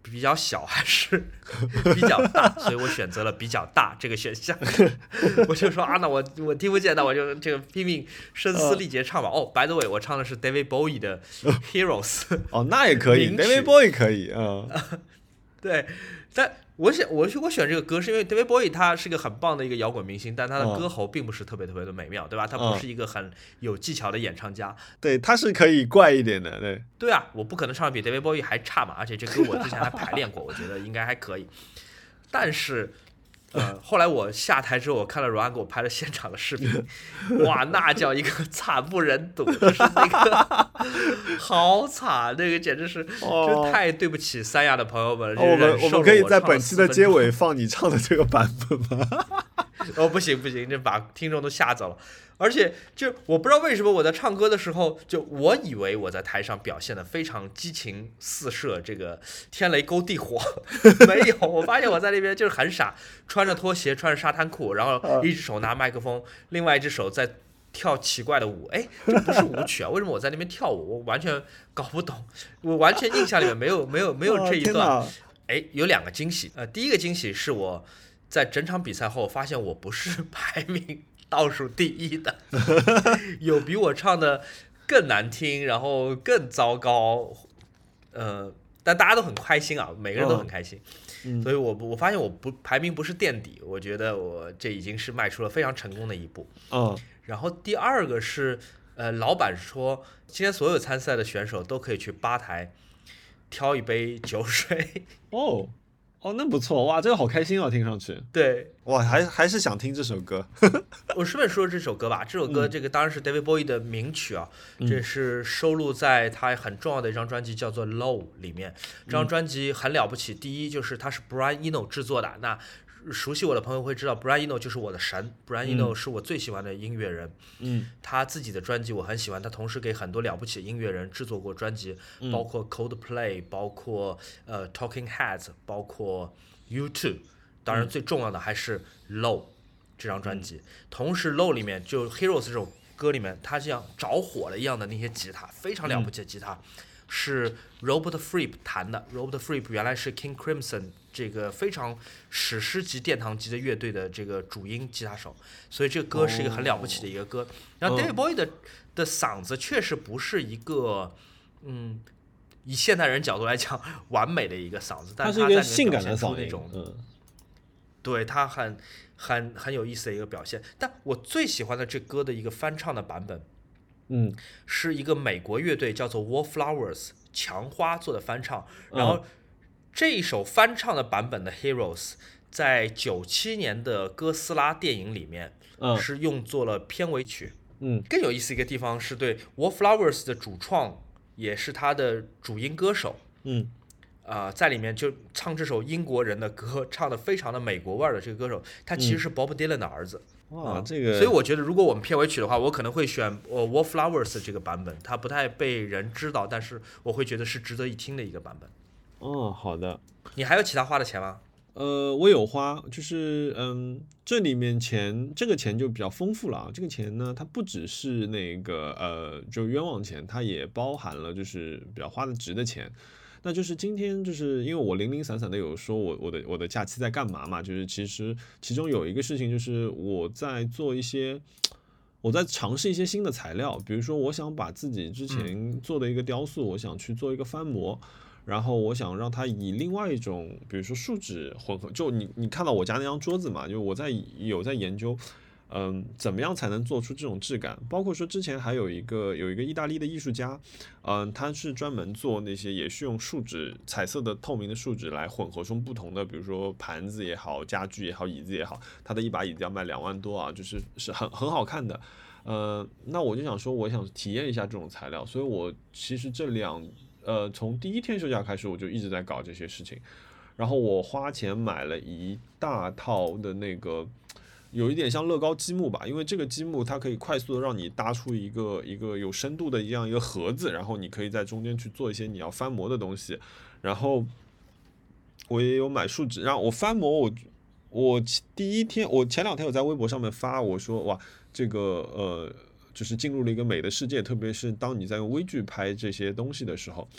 比较小还是比较大，所以我选择了比较大这个选项。我就说啊，那我我听不见，那我就这个拼命声嘶力竭唱吧。哦 ，by the way， 我唱的是 David Bowie 的 Heroes。 哦，那也可以 ，David Bowie 可以，嗯， 对，但我选我我选这个歌是因为 David Bowie 他是个很棒的一个摇滚明星，但他的歌喉并不是特别特别的美妙，对吧？他不是一个很有技巧的演唱家。 对，他是可以怪一点的，对。 对啊，我不可能唱的比 David Bowie 还差嘛，而且这歌我之前还排练过，我觉得应该还可以。但是，呃，后来我下台之后，我看了 Rowan 给我拍了现场的视频，哇，那叫一个惨不忍睹，就是那个好惨，那个简直是， 哦、 真太对不起三亚的朋友们了。 哦、我们我们可以在本期的结尾我放你唱的这个版本吗？ 哦，不行不行，这把听众都吓走了。而且就我不知道为什么我在唱歌的时候，就我以为我在台上表现的非常激情四射，这个天雷勾地火，没有，我发现我在那边就是很傻，穿着拖鞋，穿着沙滩裤，然后一只手拿麦克风，另外一只手在跳奇怪的舞。哎，这不是舞曲啊？为什么我在那边跳舞？我完全搞不懂，我完全印象里面没有没有没有这一段。哎，有两个惊喜，呃，第一个惊喜是我在整场比赛后发现我不是排名倒数第一的，有比我唱的更难听，然后更糟糕，呃，但大家都很开心啊，每个人都很开心，嗯、所以我我发现我不排名不是垫底，我觉得我这已经是迈出了非常成功的一步。 嗯， 然后第二个是，呃，老板说今天所有参赛的选手都可以去吧台挑一杯酒水。 哦。哦，那不错哇，这个好开心哦，听上去。 对， 哇，还还是想听这首歌。 我顺便说这首歌吧，这首歌这个当然是 David Bowie 的名曲啊，嗯、这是收录在他很重要的一张专辑叫做《Low》里面。这张专辑很了不起，嗯、第一就是它是 Brian Eno 制作的，那熟悉我的朋友会知道 Brian Eno 就是我的神 ，Brian Eno 是我最喜欢的音乐人。嗯，他自己的专辑我很喜欢，他同时给很多了不起的音乐人制作过专辑，嗯、包括 Coldplay， 包括呃 Talking Heads， 包括 U 二， 当然最重要的还是 Low 这张专辑。嗯、同时 Low 里面就 Heroes 这首歌里面，它像着火了一样的那些吉他，非常了不起的吉他。嗯是 Robert Fripp 弹的 ，Robert Fripp 原来是 King Crimson 这个非常史诗级、殿堂级的乐队的这个主音吉他手，所以这个歌是一个很了不起的一个歌。然后 David Bowie 的的嗓子确实不是一个，嗯，以现代人角度来讲完美的一个嗓子，但是他在里面性感的嗓音，那种，嗯，对他很很很有意思的一个表现。但我最喜欢的这歌的一个翻唱的版本。 嗯， 是一个美国乐队叫做 Wallflowers 强花做的翻唱，然后这一首翻唱的版本的 Heroes 在九七年的哥斯拉电影里面是用作了片尾曲。 嗯， 更有意思一个地方是对 Wallflowers 的主创也是他的主音歌手， 嗯， 啊、呃，在里面就唱这首英国人的歌，唱的非常的美国味的这个歌手，他其实是 Bob Dylan 的儿子。 嗯哇，这个， 所以我觉得如果我们片尾曲的话，我可能会选呃 Wallflowers 这个版本，它不太被人知道，但是我会觉得是值得一听的一个版本。 哦，好的。 你还有其他花的钱吗？ 呃，我有花，就是嗯，这里面钱这个钱就比较丰富了啊。这个钱呢，它不只是那个呃，就冤枉钱，它也包含了就是比较花的值的钱。那就是今天，就是因为我零零散散的有说我我的我的假期在干嘛嘛，就是其实其中有一个事情就是我在做一些，我在尝试一些新的材料，比如说我想把自己之前做的一个雕塑，嗯、我想去做一个翻模，然后我想让它以另外一种，比如说树脂混合，就你你看到我家那张桌子嘛，就我在有在研究。嗯，怎么样才能做出这种质感？包括说之前还有一个有一个意大利的艺术家，嗯，他是专门做那些也是用树脂彩色的透明的树脂来混合出不同的，比如说盘子也好、家具也好、椅子也好，他的一把椅子要卖两万多啊，就是是很很好看的。呃，那我就想说，我想体验一下这种材料，所以我其实这两呃从第一天休假开始，我就一直在搞这些事情，然后我花钱买了一大套的那个。有一点像乐高积木吧，因为这个积木它可以快速的让你搭出一个一个有深度的这样一个盒子，然后你可以在中间去做一些你要翻模的东西。然后我也有买树脂，然后我翻模我我第一天我前两天我在微博上面发，我说哇这个呃就是进入了一个美的世界，特别是当你在用微距拍这些东西的时候。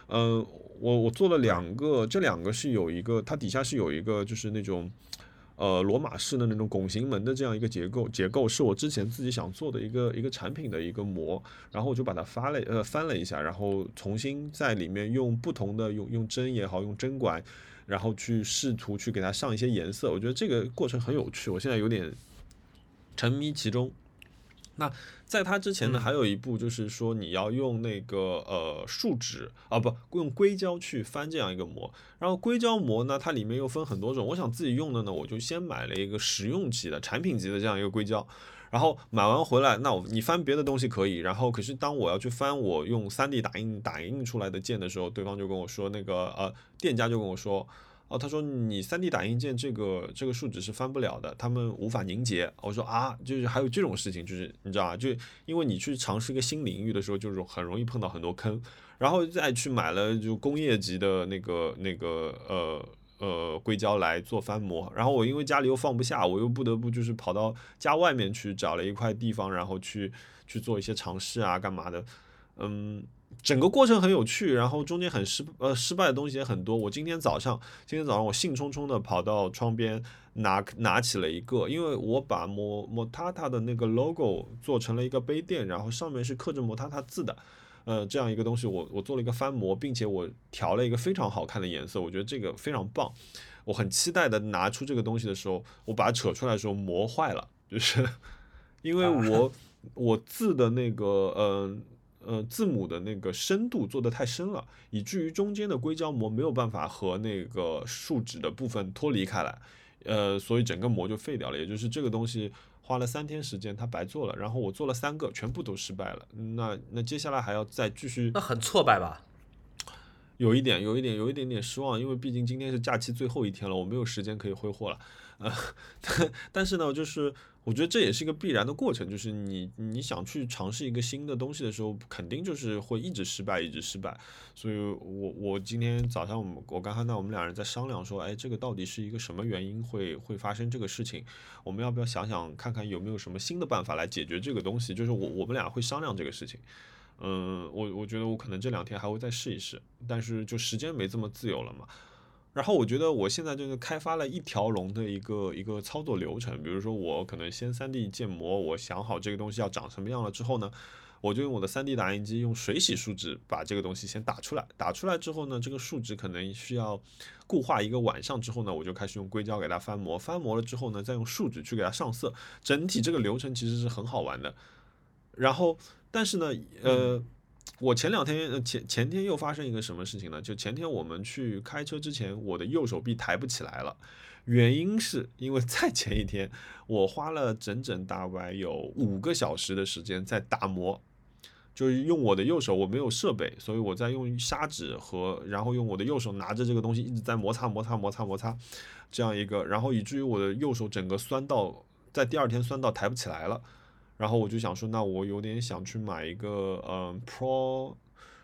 呃，我我做了两个，这两个是有一个，它底下是有一个就是那种。呃，罗马式的那种拱形门的这样一个结构，结构是我之前自己想做的一个一个产品的一个模，然后我就把它发了呃翻了一下，然后重新在里面用不同的用用针也好，用针管，然后去试图去给它上一些颜色，我觉得这个过程很有趣，我现在有点沉迷其中。那在它之前呢， 嗯、 还有一步就是说你要用那个呃树脂啊，不用硅胶去翻这样一个膜。然后硅胶膜呢，它里面又分很多种。我想自己用的呢，我就先买了一个实用级的产品级的这样一个硅胶。然后买完回来，那我你翻别的东西可以，然后可是当我要去翻我用 三 D 打印打印出来的件的时候，对方就跟我说，那个呃店家就跟我说。哦，他说你 三 D 打印件这个这个树脂是翻不了的，他们无法凝结。我说啊，就是还有这种事情，就是你知道啊，就因为你去尝试一个新领域的时候，就是很容易碰到很多坑，然后再去买了就工业级的那个那个呃呃硅胶来做翻模，然后我因为家里又放不下，我又不得不就是跑到家外面去找了一块地方，然后去去做一些尝试啊，干嘛的，嗯。整个过程很有趣，然后中间很失呃失败的东西也很多。我今天早上，今天早上我兴冲冲的跑到窗边拿拿起了一个，因为我把摩摩塔塔的那个 logo 做成了一个杯垫，然后上面是刻着摩塔塔字的，呃，这样一个东西我我做了一个翻模，并且我调了一个非常好看的颜色，我觉得这个非常棒。我很期待的拿出这个东西的时候，我把它扯出来的时候磨坏了，就是因为我、啊、我字的那个嗯。呃呃，字母的那个深度做得太深了，以至于中间的硅胶膜没有办法和那个树脂的部分脱离开来，呃，所以整个膜就废掉了。也就是这个东西花了三天时间，它白做了。然后我做了三个，全部都失败了。那那接下来还要再继续， 那很挫败吧？ 有一点，有一点，有一点点失望，因为毕竟今天是假期最后一天了，我没有时间可以挥霍了。呃，但但是呢，就是我觉得这也是一个必然的过程，就是你你想去尝试一个新的东西的时候，肯定就是会一直失败，一直失败。所以我我今天早上我们我刚看到我们两人在商量说，哎，这个到底是一个什么原因会会发生这个事情？我们要不要想想看看有没有什么新的办法来解决这个东西？就是我我们俩会商量这个事情。嗯，我我觉得我可能这两天还会再试一试，但是就时间没这么自由了嘛。然后我觉得我现在就是开发了一条龙的一个一个操作流程，比如说我可能先 三 D 建模，我想好这个东西要长什么样了之后呢，我就用我的 三 D 打印机用水洗树脂把这个东西先打出来，打出来之后呢，这个树脂可能需要固化一个晚上之后呢，我就开始用硅胶给它翻模，翻模了之后呢，再用树脂去给它上色，整体这个流程其实是很好玩的。然后，但是呢，呃。我前两天前前天又发生一个什么事情呢？就前天我们去开车之前，我的右手臂抬不起来了，原因是因为在前一天我花了整整大概有五个小时的时间在打磨，就是用我的右手，我没有设备，所以我在用砂纸和然后用我的右手拿着这个东西一直在摩擦摩擦摩擦摩擦，这样一个，然后以至于我的右手整个酸到在第二天酸到抬不起来了。然后我就想说，那我有点想去买一个，嗯 ，Pro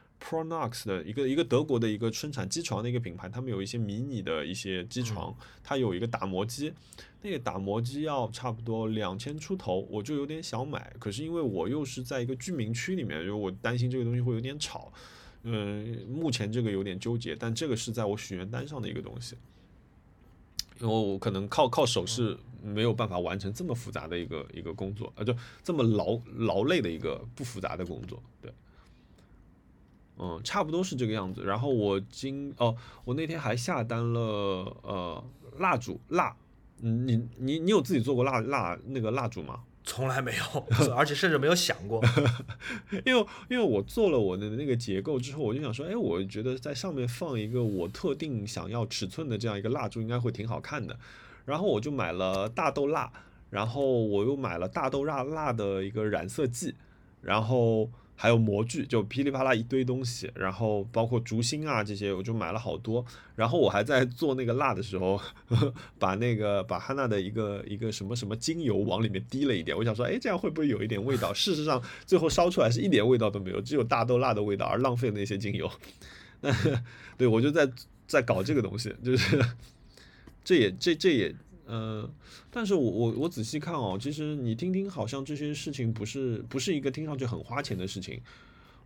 Pronox 的一个一个德国的一个生产机床的一个品牌，他们有一些迷你的一些机床，它有一个打磨机，那个打磨机要差不多两千出头，我就有点想买，可是因为我又是在一个居民区里面，就我担心这个东西会有点吵，嗯，目前这个有点纠结，但这个是在我许愿单上的一个东西。因为我可能靠靠手是没有办法完成这么复杂的一个一个工作，呃，就这么劳劳累的一个不复杂的工作，对，嗯，差不多是这个样子。然后我今哦，我那天还下单了呃蜡烛蜡，你你你有自己做过蜡蜡那个蜡烛吗？ 从来没有，而且甚至没有想过。 因为因为我做了我的那个结构之后，我就想说，哎，我觉得在上面放一个我特定想要尺寸的这样一个蜡烛，应该会挺好看的。然后我就买了大豆蜡，然后我又买了大豆蜡蜡的一个染色剂，然后还有模具，就噼里啪啦一堆东西，然后包括烛芯啊这些，我就买了好多。然后我还在做那个蜡的时候，呵呵把那个把汉娜的一个一个什么什么精油往里面滴了一点，我想说，哎，这样会不会有一点味道？事实上，最后烧出来是一点味道都没有，只有大豆蜡的味道，而浪费了那些精油。那对我就在在搞这个东西，就是这也这这也。呃，但是我我我仔细看哦，其实你听听，好像这些事情不是不是一个听上去很花钱的事情。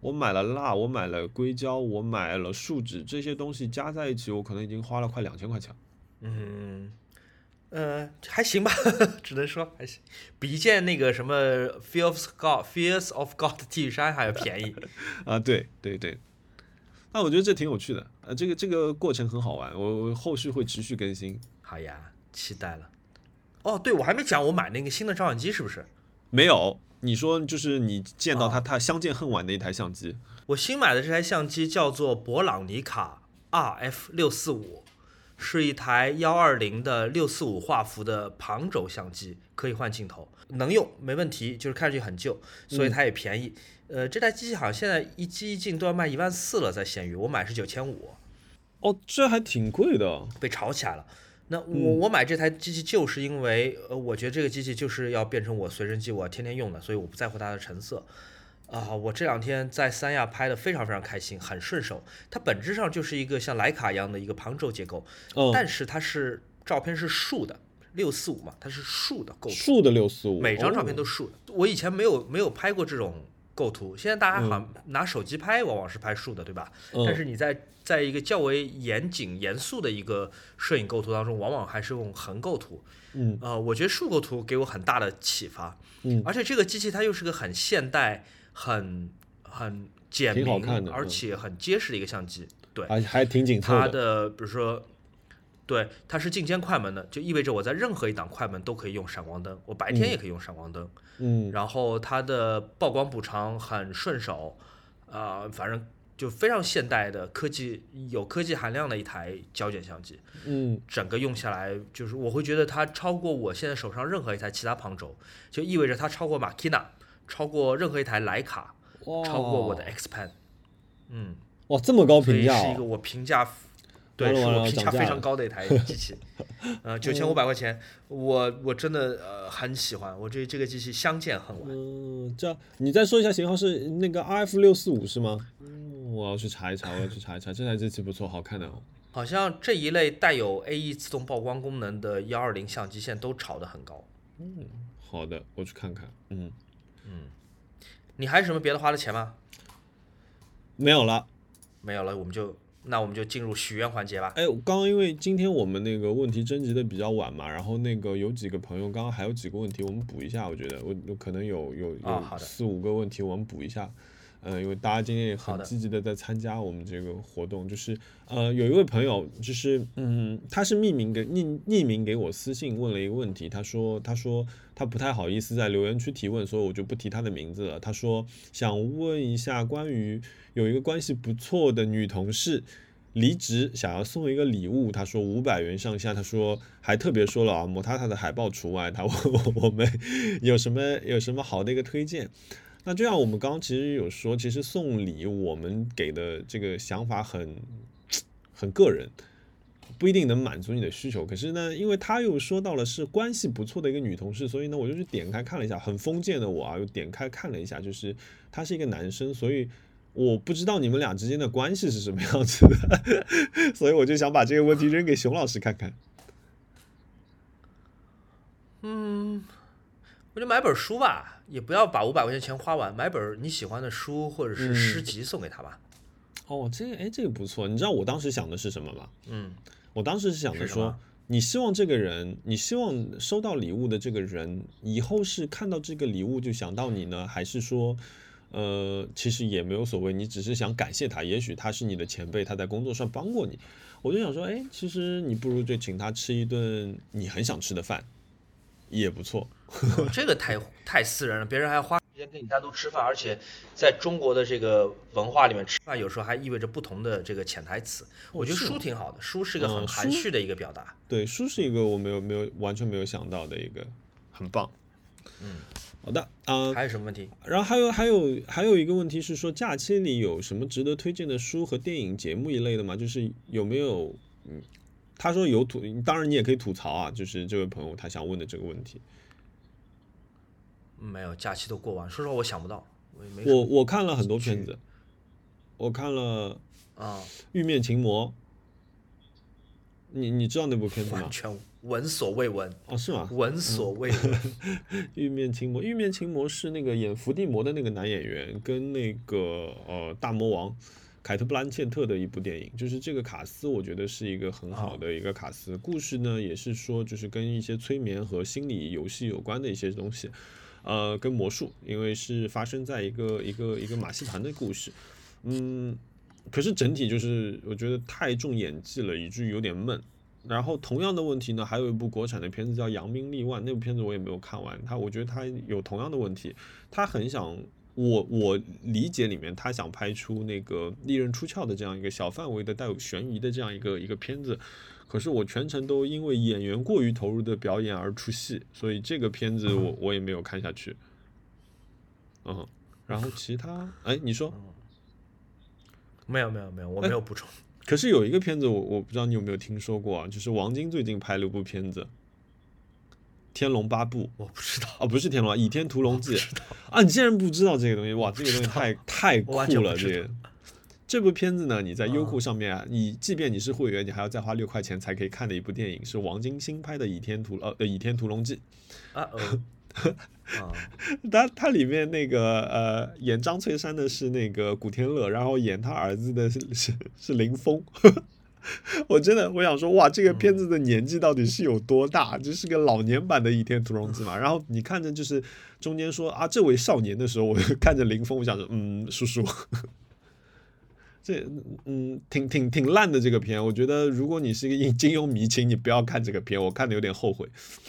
我买了蜡，我买了硅胶，我买了树脂，这些东西加在一起，我可能已经花了快两千块钱。 嗯，呃，还行吧，只能说还行，比一件那个什么 Fear of God Fears of God 的 T 恤衫还要便宜。 啊，对对对。那我觉得这挺有趣的，呃，这个这个过程很好玩，我我后续会持续更新。 好呀，期待了。哦，对，我还没讲我买那个新的照相机是不是？ 没有，你说就是你见到它， 哦它相见恨晚的一台相机。 我新买的这台相机叫做博朗尼卡 R F 六四五，是一台幺二零的六四五画幅的旁轴相机，可以换镜头，能用没问题，就是看上去很旧，所以它也便宜。嗯、呃，这台机器好像现在一机一镜都要卖一万四了，在闲鱼，我买是九千五。 哦，这还挺贵的， 被炒起来了。那我、 嗯、 我买这台机器就是因为，呃，我觉得这个机器就是要变成我随身机，我天天用的，所以我不在乎它的成色。啊、呃，我这两天在三亚拍的非常非常开心，很顺手。它本质上就是一个像徕卡一样的一个旁轴结构， 嗯、 但是它是照片是竖的，六四五嘛，它是竖的构图， 竖的六四五， 每张照片都竖的。哦、我以前没有没有拍过这种构图，现在大家好像拿手机拍，往往是拍竖的，对吧？ 嗯、 但是你在在一个较为严谨、严肃的一个摄影构图当中，往往还是用横构图。 嗯， 呃，我觉得竖构图给我很大的启发。 嗯， 而且这个机器它又是个很现代、很很简明，而且很结实的一个相机。对， 还还挺紧凑的。 它的比如说，对，它是进阶快门的，就意味着我在任何一档快门都可以用闪光灯，我白天也可以用闪光灯。 嗯， 然后它的曝光补偿很顺手，啊、呃，反正就非常现代的科技，有科技含量的一台胶卷相机。 嗯， 整个用下来，就是我会觉得它超过我现在手上任何一台其他旁轴，就意味着它超过 Makina， 超过任何一台徕卡，超过我的 Xpan。嗯， 哇，这么高评价、哦， 是一个我评价。对，是我评价非常高的一台机器，呃，九千五百块钱，我我真的呃很喜欢，我这这个机器相见恨晚。 嗯，这样你再说一下型号是那个 R F 六四五是吗？嗯，我要去查一查，我要去查一查，这台机器不错，好看的哦。 好像这一类带有 A E 自动曝光功能的幺二零相机现在都炒得很高。 嗯，好的，我去看看。嗯嗯，你还有什么别的花的钱吗？ 没有了， 没有了，我们就。那我们就进入许愿环节吧。 哎，刚刚因为今天我们那个问题征集的比较晚嘛，然后那个有几个朋友刚刚还有几个问题，我们补一下。我觉得我我可能有有有四五个问题，我们补一下。呃，因为大家今天也很积极的在参加我们这个活动，就是呃有一位朋友就是嗯他是匿名给匿匿名给我私信问了一个问题，他说他说他不太好意思在留言区提问，所以我就不提他的名字了。他说想问一下关于有一个关系不错的女同事离职，想要送一个礼物，他说五百元上下，他说还特别说了啊，摩塔塔的海报除外，他问我们有什么有什么好的一个推荐。那就像我们刚刚其实有说，其实送礼我们给的这个想法很很个人，不一定能满足你的需求。可是呢，因为他又说到了是关系不错的一个女同事，所以呢，我就去点开看了一下，很封建的我啊，又点开看了一下，就是他是一个男生，所以我不知道你们俩之间的关系是什么样子的，所以我就想把这个问题扔给熊老师看看。 嗯，我就买本书吧。也不要把五百块钱钱花完，买本你喜欢的书或者是诗集送给他吧。 嗯、哦，这个哎，这个不错。你知道我当时想的是什么吗？ 嗯， 我当时是想的说，你希望这个人，你希望收到礼物的这个人，以后是看到这个礼物就想到你呢，还是说，呃，其实也没有所谓，你只是想感谢他，也许他是你的前辈，他在工作上帮过你。我就想说，哎，其实你不如就请他吃一顿你很想吃的饭，也不错。 哦、这个太太私人了，别人还要花时间跟你单独吃饭，而且在中国的这个文化里面，吃饭有时候还意味着不同的这个潜台词。我觉得书挺好的，书是一个很含蓄的一个表达。 嗯、对，书是一个我没有没有完全没有想到的一个，很棒。 嗯， 好的啊、呃， 还有什么问题？ 然后还有还有还有一个问题是说，假期里有什么值得推荐的书和电影节目一类的吗？就是有没有嗯，他说有吐，当然你也可以吐槽啊，就是这位朋友他想问的这个问题。 没有，假期都过完，说实话我想不到。我没我我看了很多片子，我看了啊，《 玉面情魔》，你你知道那部片子吗？ 完全闻所未闻哦，是吗？ 闻所未闻。 嗯、玉面情魔，玉面情魔是那个演伏地魔的那个男演员，跟那个呃大魔王凯特·布兰切特的一部电影，就是这个卡斯，我觉得是一个很好的一个卡斯。故事呢，也是说就是跟一些催眠和心理游戏有关的一些东西，呃，跟魔术，因为是发生在一个一个一个马戏团的故事，嗯，可是整体就是我觉得太重演技了，以至于有点闷。然后同样的问题呢，还有一部国产的片子叫《扬名立万》，那部片子我也没有看完。他我觉得他有同样的问题，他很想我我理解里面他想拍出那个利刃出鞘的这样一个小范围的带有悬疑的这样一个一个片子，可是我全程都因为演员过于投入的表演而出戏，所以这个片子我我也没有看下去。嗯，然后其他哎你说？ 没有没有没有，我没有补充。 可是有一个片子我我不知道你有没有听说过啊，就是王晶最近拍了一部片子《天龙八部》。 我不知道啊，不是天龙，《倚天屠龙记》啊，你竟然不知道这个东西，哇，这个东西太太酷了，这个。这部片子呢，你在优酷上面啊，你即便你是会员，你还要再花六块钱才可以看的一部电影，是王晶新拍的《倚天屠呃倚天屠龙记》 啊。哦他他里面那个呃演张翠山的是那个古天乐，然后演他儿子的是是是林峰。我真的我想说，哇，这个片子的年纪到底是有多大？这是个老年版的《倚天屠龙记》嘛。然后你看着就是中间说啊，这位少年的时候，我就看着林峰，我想着嗯，叔叔。这嗯挺挺挺烂的这个片，我觉得如果你是一个金庸迷，请你不要看这个片，我看的有点后悔。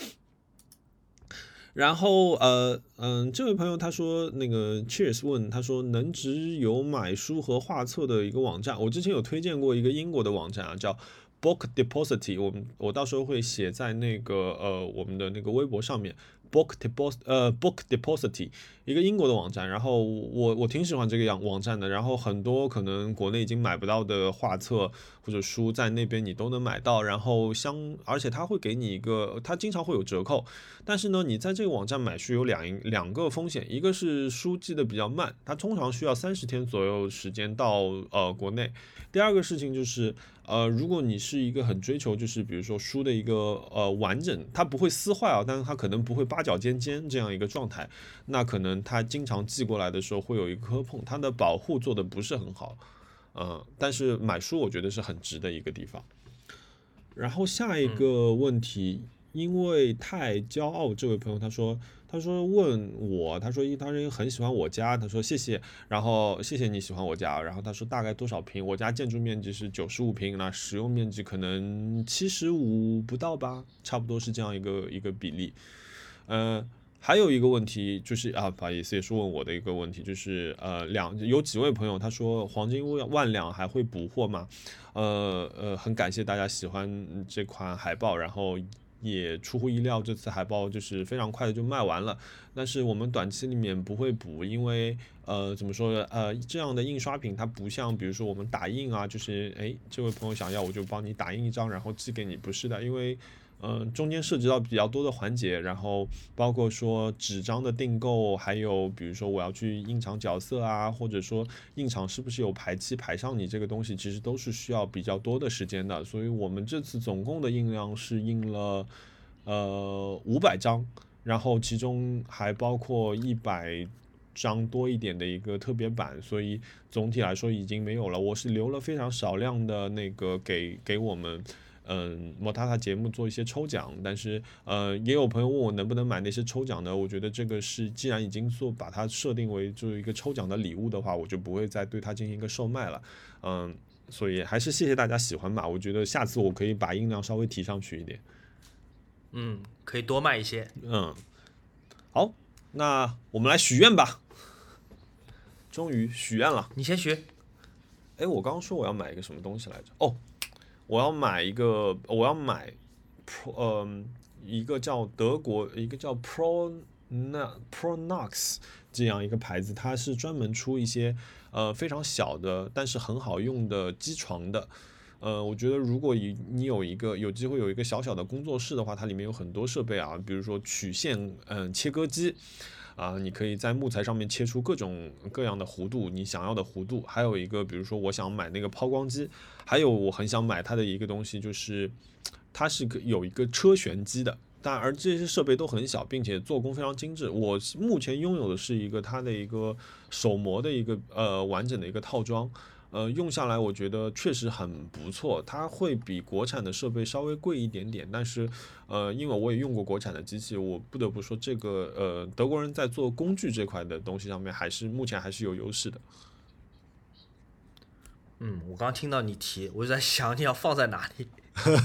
然后呃嗯，这位朋友他说那个 Cheers 问他说能只有买书和画册的一个网站，我之前有推荐过一个英国的网站啊，叫 Book Depository， 我们我到时候会写在那个呃我们的那个微博上面。Book Deposit 呃 Book Depository 一个英国的网站，然后我我挺喜欢这个网站的，然后很多可能国内已经买不到的画册或者书在那边你都能买到，然后相而且它会给你一个，它经常会有折扣，但是呢你在这个网站买书有两两个风险，一个是书寄的比较慢，它通常需要三十天左右时间到呃国内，第二个事情就是呃，如果你是一个很追求，就是比如说书的一个呃完整，它不会撕坏啊，但是它可能不会八角尖尖这样一个状态，那可能它经常寄过来的时候会有一个磕碰，它的保护做的不是很好，呃，但是买书我觉得是很值的一个地方。然后下一个问题，因为太骄傲，这位朋友他说。他说问我，他说他说很喜欢我家，他说谢谢，然后谢谢你喜欢我家，然后他说大概多少平？我家建筑面积是九十五平，那使用面积可能七十五不到吧，差不多是这样一个一个比例。呃，还有一个问题就是啊，不好意思，也是问我的一个问题，就是呃两有几位朋友他说黄金万两还会补货吗？呃呃，很感谢大家喜欢这款海报，然后。也出乎意料，这次海报就是非常快的就卖完了。但是我们短期里面不会补，因为呃怎么说呢？呃这样的印刷品它不像比如说我们打印啊，就是哎这位朋友想要我就帮你打印一张然后寄给你，不是的，因为嗯、呃、中间涉及到比较多的环节，然后包括说纸张的订购，还有比如说我要去印场角色啊，或者说印场是不是有排期排上你这个东西，其实都是需要比较多的时间的。所以我们这次总共的印量是印了呃五百张，然后其中还包括一百张多一点的一个特别版，所以总体来说已经没有了。我是留了非常少量的那个给给我们。嗯，摩塔塔节目做一些抽奖，但是呃，也有朋友问我能不能买那些抽奖的，我觉得这个是既然已经做把它设定为就是一个抽奖的礼物的话，我就不会再对它进行一个售卖了。嗯，所以还是谢谢大家喜欢吧，我觉得下次我可以把音量稍微提上去一点。 嗯，可以多卖一些。 嗯，好，那我们来许愿吧。终于许愿了， 你先许。 哎，我刚刚说我要买一个什么东西来着？哦。我要买一个，我要买 Pro， 呃，一个叫德国，一个叫 Pro Pronox 这样一个牌子，它是专门出一些呃非常小的，但是很好用的机床的。呃，我觉得如果你有一个有机会有一个小小的工作室的话，它里面有很多设备啊，比如说曲线嗯、呃、切割机。啊，你可以在木材上面切出各种各样的弧度，你想要的弧度。还有一个，比如说我想买那个抛光机，还有我很想买它的一个东西，就是它是有一个车旋机的，但而这些设备都很小，并且做工非常精致。我目前拥有的是一个它的一个手模的一个呃完整的一个套装。呃，用下来我觉得确实很不错，它会比国产的设备稍微贵一点点，但是，呃，因为我也用过国产的机器，我不得不说这个呃德国人在做工具这块的东西上面，还是目前还是有优势的。 嗯，我刚听到你提，我就在想你要放在哪里。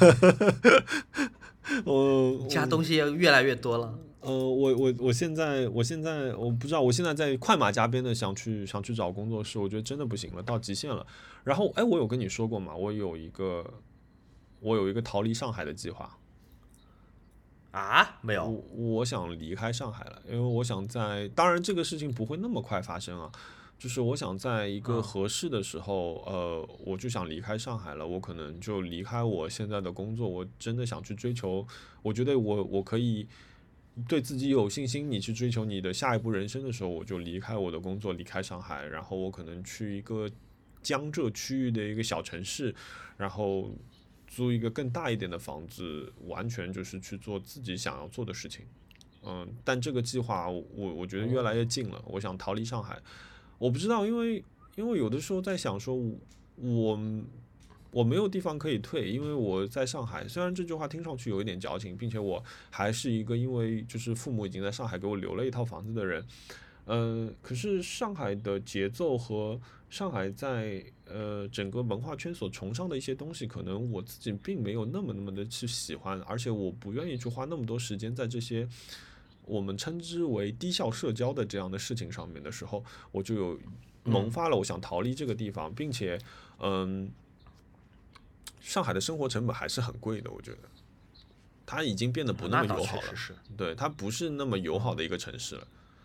我家东西越来越多了。 呃，我我我现在我现在我不知道，我现在在快马加鞭的想去想去找工作室，我觉得真的不行了，到极限了。然后，哎，我有跟你说过吗？我有一个我有一个逃离上海的计划。 啊？没有。 我我想离开上海了，因为我想在，当然这个事情不会那么快发生啊。就是我想在一个合适的时候，嗯、呃，我就想离开上海了。我可能就离开我现在的工作，我真的想去追求。我觉得我我可以对自己有信心，你去追求你的下一步人生的时候，我就离开我的工作，离开上海，然后我可能去一个江浙区域的一个小城市，然后租一个更大一点的房子，完全就是去做自己想要做的事情。嗯，但这个计划我我觉得越来越近了，我想逃离上海。我不知道，因为因为有的时候在想说我，我我没有地方可以退，因为我在上海。虽然这句话听上去有一点矫情，并且我还是一个因为就是父母已经在上海给我留了一套房子的人，呃，可是上海的节奏和上海在呃整个文化圈所崇尚的一些东西，可能我自己并没有那么那么的去喜欢，而且我不愿意去花那么多时间在这些我们称之为低效社交的这样的事情上面的时候，我就有萌发了我想逃离这个地方，并且，嗯，上海的生活成本还是很贵的，我觉得它已经变得不那么友好了，对，它不是那么友好的一个城市了。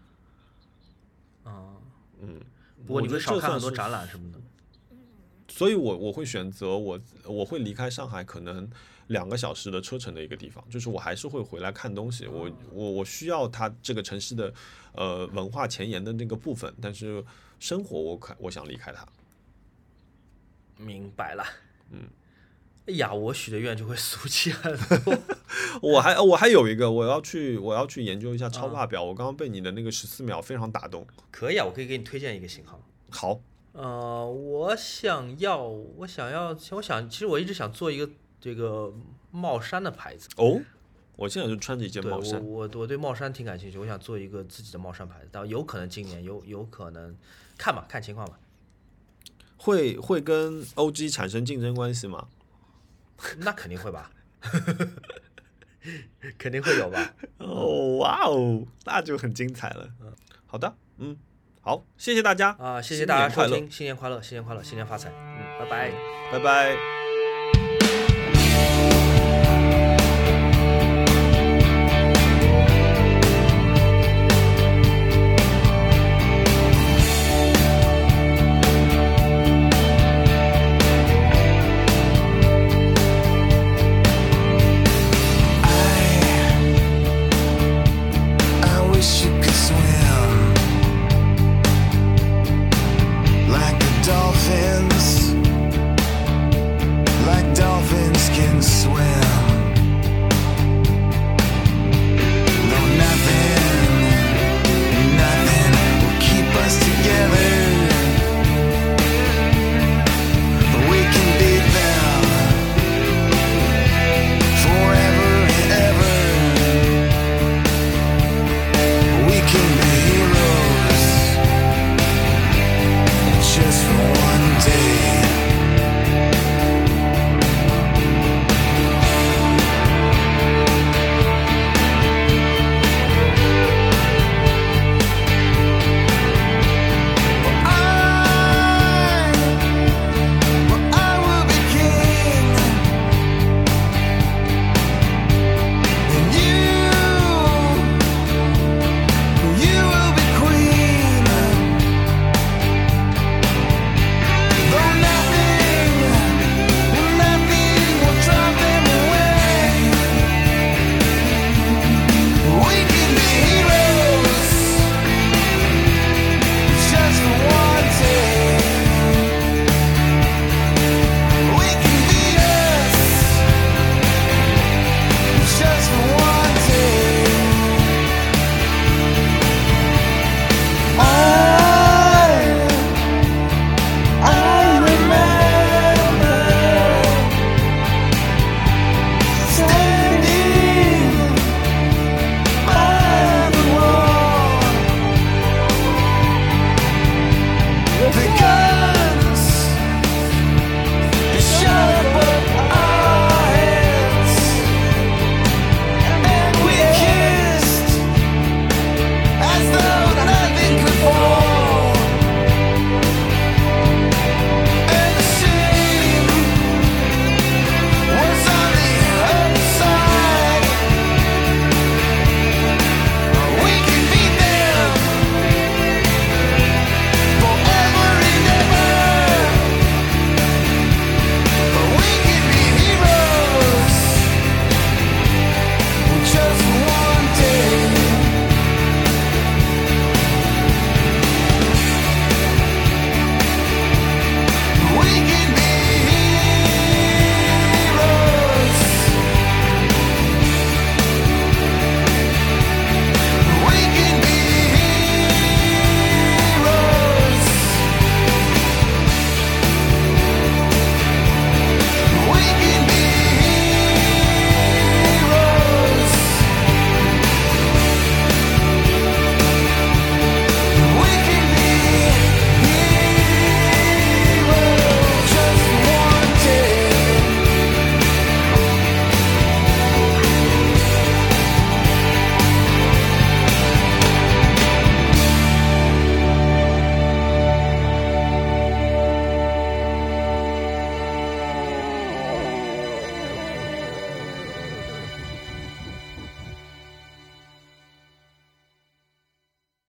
啊， 嗯， 不过你会少看很多展览什么的， 所以我我会选择我我会离开上海，可能两个小时的车程的一个地方，就是我还是会回来看东西，我我我需要它这个城市的呃文化前沿的那个部分，但是生活我可我想离开它。 明白了。 嗯， 哎呀，我许的愿就会俗气很多。 我还我还有一个，我要去我要去研究一下超霸表，啊、我刚刚被你的那个十四秒非常打动。 可以啊，我可以给你推荐一个型号。 好。 呃，我想要，我想要，我想，其实我一直想做一个这个帽衫的牌子。 哦，我现在就穿着一件帽衫。 我我我对帽衫挺感兴趣，我想做一个自己的帽衫牌子，但有可能今年，有有可能，看吧，看情况吧。 会会跟 O G 产生竞争关系吗？ 那肯定会吧，肯定会有吧。 哦，哇哦，那就很精彩了。好的，嗯。好，谢谢大家啊！谢谢大家收听，新年快乐，新年快乐，新年发财，嗯，拜拜， 拜拜。